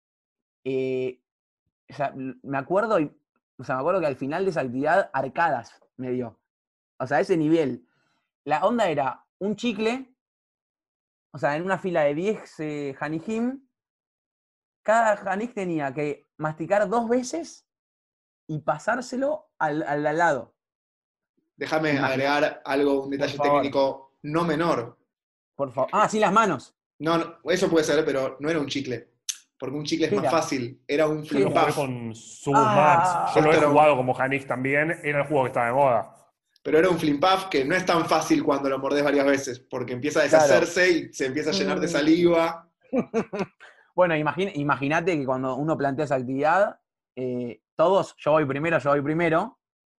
eh, o sea, me acuerdo, y, o sea, me acuerdo que al final de esa actividad, arcadas me dio. O sea, a ese nivel. La onda era un chicle, o sea, en una fila de diez eh, Hanijim, cada Janij tenía que masticar dos veces y pasárselo al, al, al lado. Déjame agregar algo, un detalle técnico no menor. Por favor. Ah, sí, las manos. No, no, eso puede ser, pero no era un chicle. Porque un chicle es más fácil. Era un flip Yo lo jugué con Subus ah, Max. Yo lo he jugado un... como Janij también. Era el juego que estaba de moda. Pero era un flimpaf que no es tan fácil cuando lo mordés varias veces, porque empieza a deshacerse Claro. y se empieza a llenar de saliva. Bueno, imagín- imagínate que cuando uno plantea esa actividad, eh, todos, yo voy primero, yo voy primero,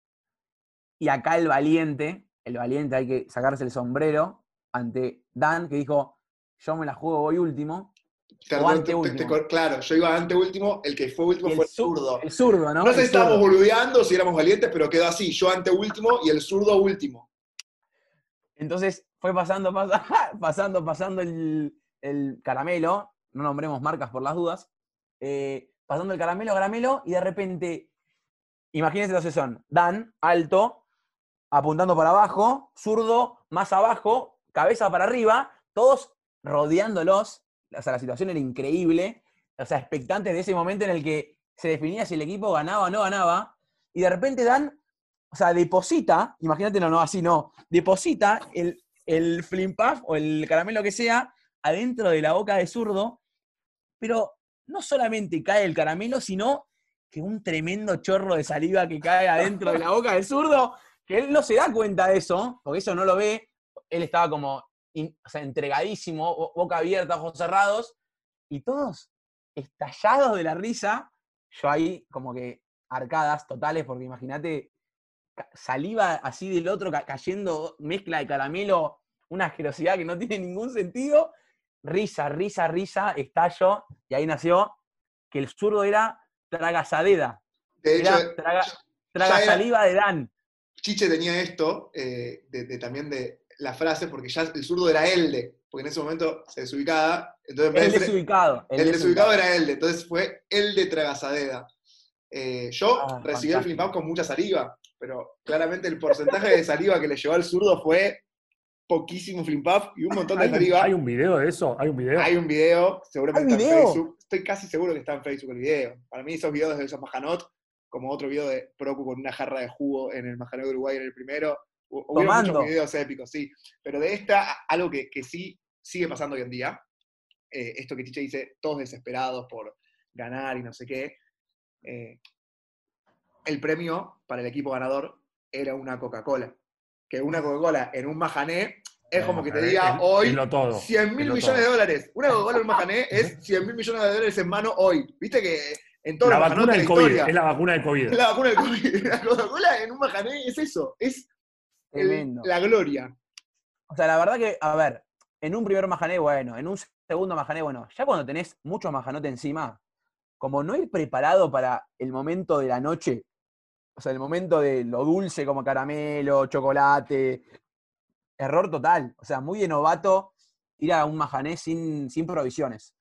y acá el valiente, el valiente hay que sacarse el sombrero ante Dan, que dijo, yo me la juego, voy último, o Perdón, te- te- anteúltimo. te- claro, yo iba ante último, el que fue último Y el, fue el zu- zurdo. el zurdo, ¿no? No sé si El estábamos zurdo. boludeando, si éramos valientes, pero quedó así, yo ante último y el zurdo último. Entonces fue pasando, pasa- pasando, pasando el, el caramelo, no nombremos marcas por las dudas, eh, pasando el caramelo, caramelo, y de repente, imagínense los que son, Dan, alto, apuntando para abajo, zurdo, más abajo, cabeza para arriba, todos rodeándolos, o sea, la situación era increíble, o sea, expectantes de ese momento en el que se definía si el equipo ganaba o no ganaba, y de repente Dan, o sea, deposita, imagínate, no, no, así no, deposita el, el flimpaf o el caramelo que sea adentro de la boca de zurdo, pero no solamente cae el caramelo, sino que un tremendo chorro de saliva que cae adentro de la boca del zurdo, que él no se da cuenta de eso, porque eso no lo ve, él estaba como in- o sea, entregadísimo, bo- boca abierta, ojos cerrados, y todos estallados de la risa, yo ahí como que arcadas totales, porque imagínate ca- saliva así del otro ca- cayendo, mezcla de caramelo, una asquerosidad que no tiene ningún sentido, risa, risa, risa, estallo, y ahí nació que el zurdo era Tragasadeda, De hecho, era traga, traga ya era, saliva de Dan. Chiche tenía esto, eh, de, de también de la frase, porque ya el zurdo era Elde, porque en ese momento se desubicaba, entonces en vez El de ser- desubicado. El, el desubicado desubicado. era Elde, entonces fue Elde Tragasadeda. Eh, yo Ah, recibí el fantástico. flimpaf con mucha saliva, pero claramente el porcentaje de saliva que le llevó al zurdo fue poquísimo flimpaf y un montón de ¿Hay un, saliva. ¿Hay un video de eso? ¿Hay un video? Hay un video, seguramente ¿Hay está en video? Facebook. Estoy casi seguro que está en Facebook el video. Para mí esos videos de esos Majanot, como otro video de Procu con una jarra de jugo en el Majanot de Uruguay en el primero, hu- hubieron muchos Tomando. videos épicos, sí. Pero de esta, a- algo que, que sí sigue pasando hoy en día, eh, esto que Chiche dice, todos desesperados por ganar y no sé qué, eh, el premio para el equipo ganador era una Coca-Cola. Que una Coca-Cola en un Majané es No, como que te es- diga es- hoy es lo todo, cien es mil lo millones todo. de dólares. Una Coca-Cola en un Majané es cien mil millones de dólares en mano hoy. Viste que en todos La los vacuna Majanotes de del la COVID, historia, es la vacuna del COVID. la vacuna del COVID, la Coca-Cola en un Majané es eso, es el- Tremendo. la gloria. O sea, la verdad que, a ver, en un primer majané, bueno, en un segundo majané, bueno, ya cuando tenés mucho majanote encima, como no ir preparado para el momento de la noche, o sea, el momento de lo dulce como caramelo, chocolate, error total. O sea, muy de novato ir a un majané sin, sin provisiones.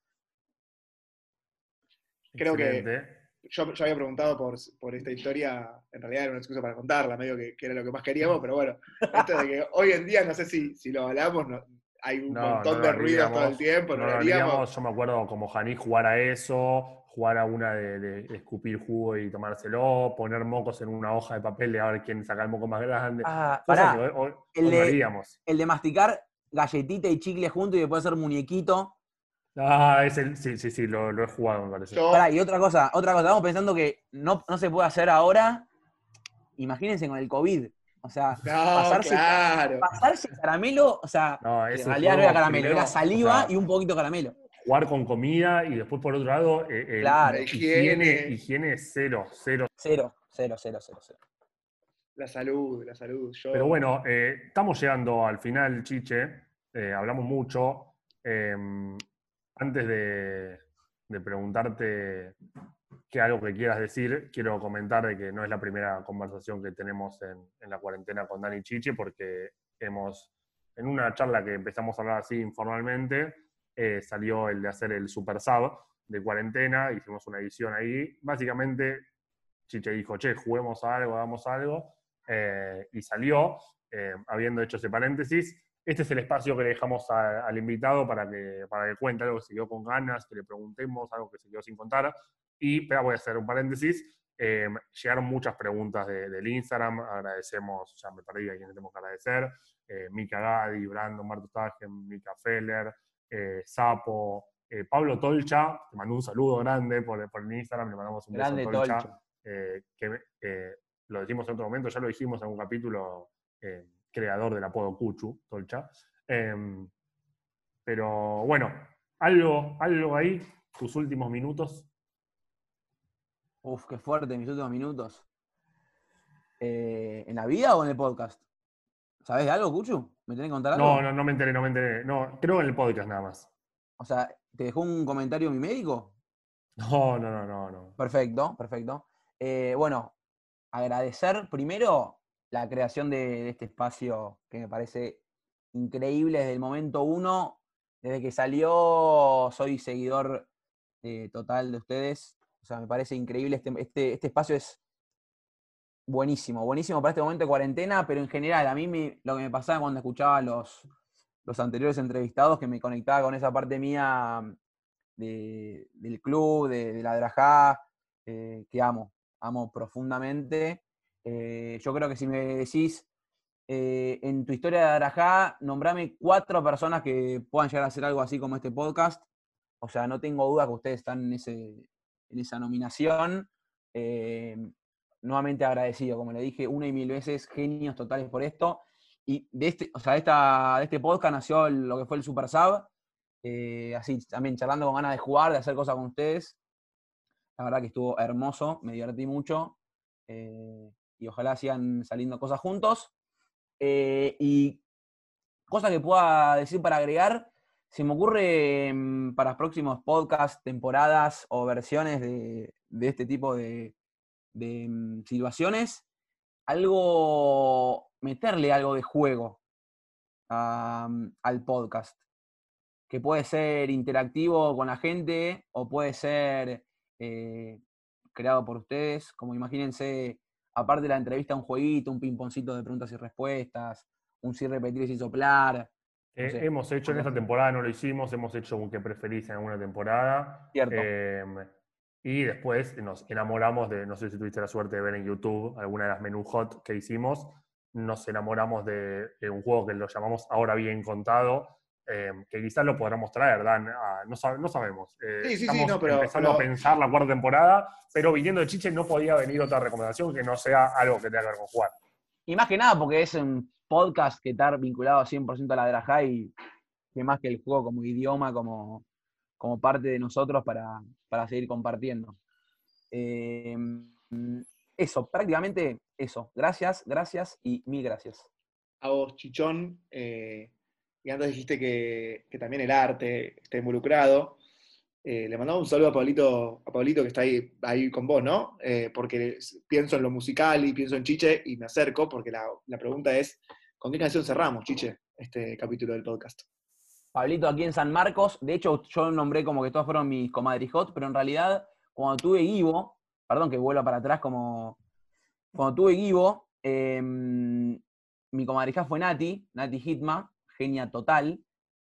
Creo que Excelente. yo, yo había preguntado por, por esta historia, en realidad era una excusa para contarla, medio que, que era lo que más queríamos, pero bueno, esto de que hoy en día, no sé si, si lo hablamos, no- hay un No, montón no de lo ruidos todo el haríamos, tiempo, no, no lo lo haríamos. haríamos. Yo me acuerdo como Janí jugar a eso, jugar a una de, de- de escupir jugo y tomárselo, poner mocos en una hoja de papel de a ver quién saca el moco más grande. Ah, Cosas pará, que hoy, hoy- el hoy no de- haríamos. El de masticar galletita y chicle junto y después hacer muñequito. Ah, es el, sí, sí, sí, lo, lo he jugado, me parece. Yo, Pará, y otra cosa, otra cosa, estamos pensando que no, no se puede hacer ahora. Imagínense con el COVID. O sea, no, pasarse, claro. pasarse caramelo, o sea, No, que es en un realidad no juego era caramelo, primero, era saliva o sea, y un poquito caramelo. jugar con comida y después por otro lado, eh, el- Claro. La higiene, higiene. higiene cero, cero. Cero, cero, cero, cero, cero. La salud, la salud. Yo, Pero bueno, eh, estamos llegando al final, Chiche. Eh, hablamos mucho. Eh, antes de, de preguntarte qué algo que quieras decir, quiero comentar de que no es la primera conversación que tenemos en, en la cuarentena con Dani y Chiche, porque hemos, en una charla que empezamos a hablar así informalmente, eh, salió el de hacer el Super Sub de cuarentena, hicimos una edición ahí. Básicamente, Chiche dijo, che, juguemos a algo, hagamos algo, eh, y salió, eh, habiendo hecho ese paréntesis. Este es el espacio que le dejamos a- al invitado para que, para que cuente algo que se quedó con ganas, que le preguntemos, algo que se quedó sin contar. Y, pero voy a hacer un paréntesis, eh, llegaron muchas preguntas de- del Instagram, agradecemos, ya me perdí a quienes tenemos que agradecer, eh, Mika Gadi, Brandon Martustagen, Mika Feller, eh, Sapo, eh, Pablo Tolcha, te mandó un saludo grande por, por el Instagram, le mandamos un Grande beso a Tolcha. Tolcha. Eh, que eh, lo decimos en otro momento, ya lo dijimos en un capítulo, eh, creador del apodo Cuchu, Tolcha. Eh, pero bueno, algo, algo ahí, tus últimos minutos. Uf, qué fuerte, mis últimos minutos. Eh, ¿En la vida o en el podcast? ¿Sabés de algo, Cuchu? ¿Me tenés que contar algo? No, no, no me enteré, no me enteré. No, creo en el podcast nada más. O sea, ¿te dejó un comentario mi médico? No, no, no, no, no. Perfecto, perfecto. Eh, bueno, agradecer primero la creación de, de este espacio que me parece increíble desde el momento uno. Desde que salió, soy seguidor eh, total de ustedes. O sea, me parece increíble. Este, este, este espacio es buenísimo, buenísimo para este momento de cuarentena, pero en general, a mí me, lo que me pasaba cuando escuchaba los, los anteriores entrevistados, que me conectaba con esa parte mía de, del club, de, de la Drajá, eh, que amo, amo profundamente. Eh, yo creo que si me decís eh, en tu historia de Drajá, nombrame cuatro personas que puedan llegar a hacer algo así como este podcast. O sea, no tengo duda que ustedes están en, ese, en esa nominación. Eh, nuevamente agradecido, como le dije una y mil veces, genios totales por esto. Y de este, o sea, de, esta, de este podcast nació lo que fue el Super Sub. Eh, así también charlando con ganas de jugar, de hacer cosas con ustedes. La verdad que estuvo hermoso, me divertí mucho. Eh, y ojalá sigan saliendo cosas juntos. Eh, y cosas que pueda decir para agregar, se me ocurre mmm, para próximos podcasts, temporadas o versiones de, de este tipo de, de mmm, situaciones, algo, meterle algo de juego a, al podcast, que puede ser interactivo con la gente o puede ser eh, creado por ustedes, como imagínense, aparte de la entrevista, un jueguito, un ping-pongcito de preguntas y respuestas, un sí repetir y sin soplar. No Eh, sé, hemos hecho en esta temporada, no lo hicimos, hemos hecho un que preferís en alguna temporada. Cierto. Eh, y después nos enamoramos de, no sé si tuviste la suerte de ver en YouTube alguna de las menú hot que hicimos, nos enamoramos de, de un juego que lo llamamos Ahora Bien Contado, eh, que quizás lo podamos traer, Dan, a, no, sab no sabemos. Eh, Sí, sí, sí, estamos no, pero- empezando pero- a pensar la cuarta temporada, pero viniendo de Chiche no podía venir otra recomendación que no sea algo que tenga que ver con jugar. Y más que nada porque es un podcast que está vinculado cien por ciento a la Drajá y que más que el juego como idioma, como, como parte de nosotros para, para seguir compartiendo. Eh, eso, prácticamente eso. Gracias, gracias y mil gracias. A vos, Chichón, eh, y antes dijiste que, que también el arte está involucrado. Eh, le mandamos un saludo a Pablito, a Pablito que está ahí, ahí con vos, ¿no? Eh, porque pienso en lo musical y pienso en Chiche y me acerco porque la, la pregunta es, ¿con qué canción cerramos, Chiche, este capítulo del podcast? Pablito aquí en San Marcos. De hecho, yo nombré como que todos fueron mis comadrijot, pero en realidad, cuando tuve Givo, perdón que vuelva para atrás, como cuando tuve Givo, eh, mi comadrija fue Nati, Nati Hitma, genia total.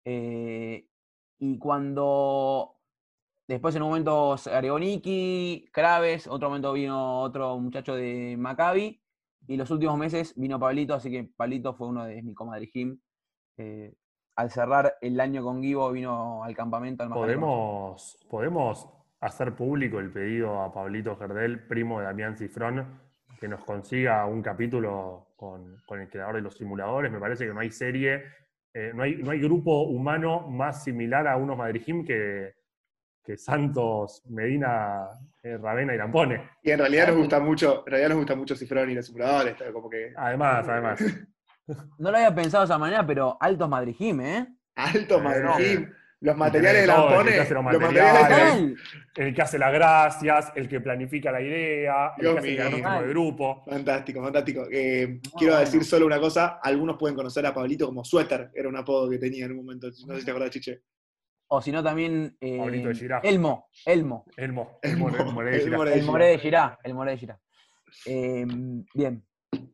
Eh, y cuando después en un momento se agregó Nicky, Kraves, otro momento vino otro muchacho de Maccabi, y los últimos meses vino Pablito, así que Pablito fue uno de mis comadrijim. Eh, al cerrar el año con Givo vino al campamento al Majarí. ¿Podemos, ¿Podemos hacer público el pedido a Pablito Gerdel, primo de Damián Cifrón, que nos consiga un capítulo con, con el creador de los simuladores? Me parece que no hay serie, eh, no, hay, no hay grupo humano más similar a unos Madrijim que, que Santos, Medina, eh, Ravena y Lampone. Y en realidad nos gusta mucho, en realidad nos gusta mucho Cifrón y los simuladores, como que. Además, además. No lo había pensado de esa manera, pero altos Madrijim, ¿eh? Alto Eh, Madrid. Los y materiales de tenés todo, Lampone. el que hace los Los materiales, materiales el que hace las gracias, el que planifica la idea, el Dios que hace el mío. diagnóstico de grupo. Fantástico, fantástico. Eh, Muy quiero bueno. decir solo una cosa. Algunos pueden conocer a Pablito como Suéter. Era un apodo que tenía en un momento. No sé si te acordás, Chiche. O si no también eh, Pablito de Girá. Elmo, Elmo. Elmo, El el More, Mo- More de el Girá. More. El Moré de Girá, el Moré de Girá. Eh, bien.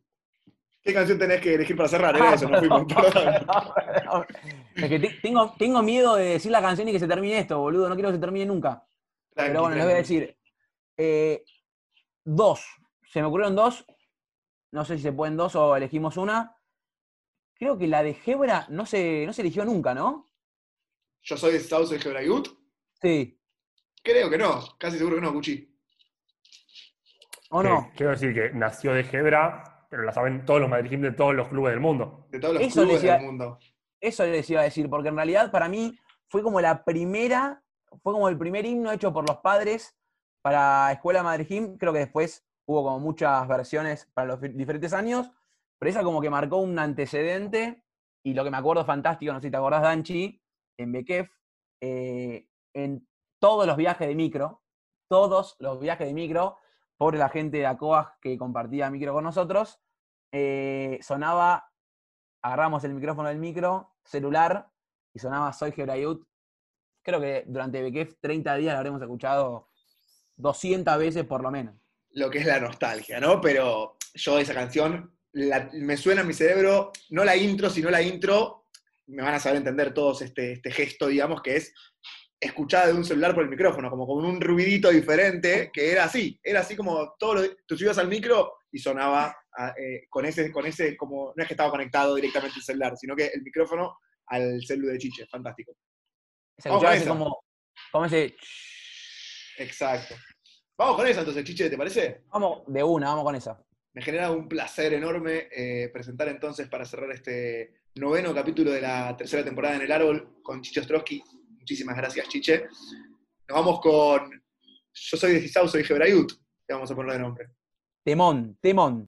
¿Qué canción tenés que elegir para cerrar? Ah, Era eso, nos perdón, fuimos. Perdón. perdón. Es que te- tengo, tengo miedo de decir la canción y que se termine esto, boludo. No quiero que se termine nunca. Tranqui, Pero bueno, les voy a tranqui. decir. eh, dos. Se me ocurrieron dos. No sé si se pueden dos o elegimos una. Creo que la de Gebra no se, no se eligió nunca, ¿no? Yo soy de Sauce de Gebrayut. Sí. Creo que no. Casi seguro que no, Cuchi. ¿O Que no? quiero decir que nació de Gebra, pero la saben todos los Madrid Hymns de todos los clubes del mundo. De todos los Eso clubes les iba- del mundo. Eso les iba a decir, porque en realidad para mí fue como la primera, fue como el primer himno hecho por los padres para Escuela Madrid Hymn. Creo que después hubo como muchas versiones para los fi- diferentes años, pero esa como que marcó un antecedente, y lo que me acuerdo fantástico, no sé si te acordás, Danchi, en Bekef, eh, en todos los viajes de micro, todos los viajes de micro, por la gente de ACOAG que compartía micro con nosotros, eh, sonaba, agarramos el micrófono del micro, celular, y sonaba Soy Gebrayut. Creo que durante Bekef treinta días la habremos escuchado doscientas veces por lo menos. Lo que es la nostalgia, ¿no? Pero yo esa canción la- me suena en mi cerebro, no la intro, sino la intro, me van a saber entender todos este, este gesto, digamos, que es escuchada de un celular por el micrófono, como con un ruidito diferente, que era así, era así como todo lo, tú subías al micro y sonaba a- eh, con ese, con ese, como, no es que estaba conectado directamente al celular, sino que el micrófono al celu de Chiche, fantástico. Se Vamos escuchaba con ese esa. como, como ese... Exacto. Vamos con esa entonces, Chiche, ¿te parece? Vamos de una, vamos con esa. Me genera un placer enorme eh, presentar entonces para cerrar este noveno capítulo de la tercera temporada en El Árbol con Chiche Ostrowski. Muchísimas gracias, Chiche. Nos vamos con Yo soy de Cisau, soy Gebrayut. Le vamos a ponerlo de nombre. Temón, temón.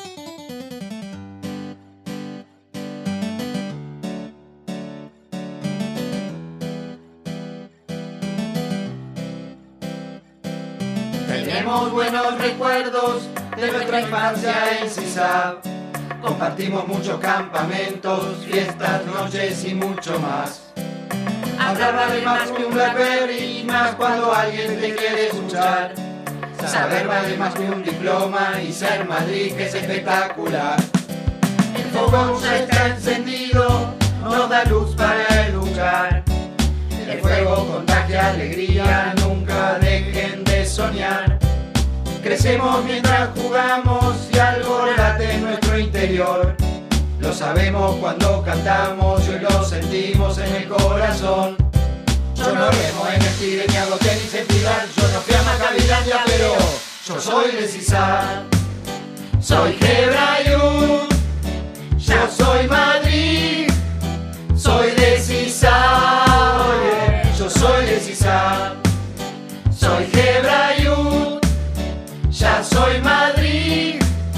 Tenemos buenos recuerdos de nuestra infancia en Cisab. Compartimos muchos campamentos, fiestas, noches y mucho más. Hablar vale más que un Blackberry, y más cuando alguien te quiere escuchar. Saber vale más que un diploma, y ser Madrid que es espectacular. El fogón ya está encendido, nos da luz para educar. El fuego contagia alegría, nunca dejen de soñar. Crecemos mientras jugamos y algo late en nuestro interior. Lo sabemos cuando cantamos y hoy lo sentimos en el corazón. Yo no remo en el Tigre ni hago tenis en Pilar. Yo no fui a Macabilandia, pero yo soy de Cisar. Soy Gebrayut, yo soy Madrid. Soy de Cisar, yo soy de Cisar. Soy Gebrayut, ya soy Madrid.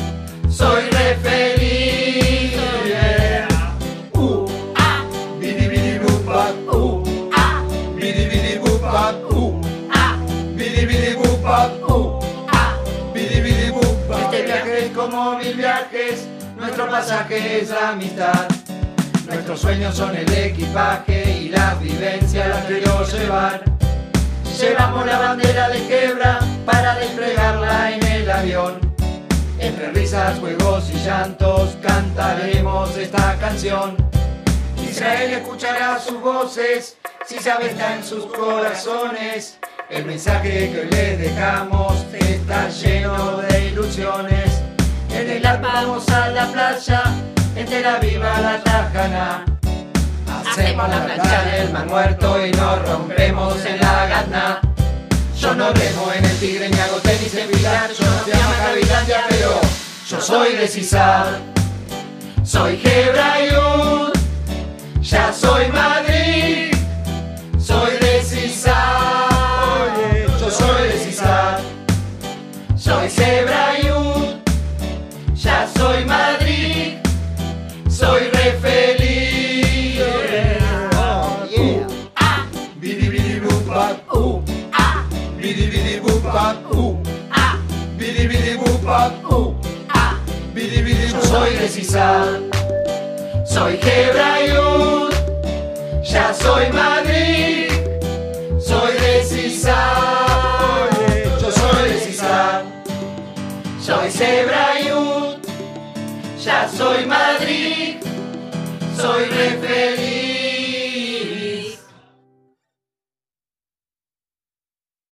Soy re feliz. Yeah. Uh, ah, bidi bidi boop bap, uh, ah, bidi bidi boop bap, uh, ah, bidi bidi boop bap, uh, ah, bidi bidi boop bap. Este viaje es como mil viajes, nuestro pasaje es la amistad. Nuestros sueños son el equipaje y las vivencias las quiero llevar. Llevamos la bandera de Gebra para desplegarla en el avión. Entre risas, juegos y llantos cantaremos esta canción. Israel escuchará sus voces, si sabe está en sus corazones. El mensaje que hoy les dejamos está lleno de ilusiones. En el alma vamos a la playa, entera viva la Tajana. Hacemos la plancha del mar muerto y nos rompemos en la gana. Yo no remo en el Tigre ni hago tenis en Pilar. Yo no fui a Macabilandia, pero yo soy de Cisar. Soy Gebrayut, ya soy Madrid. Soy de Cisar, yo soy de Cisar. Soy Gebrayut, ya soy Madrid. Soy re feliz. Yeah. Yeah. Ah, bidi bidi boop bap, uh, ah, bidi bidi boop bap, uh, ah, bidi bidi boop bap, uh, ah, bidi bidi. Yo soy de Cisar, soy Gebrayut, ya soy Madrid. Soy de Cisar, yo soy de Cisar. Soy Gebrayut, ya soy Madrid. Soy re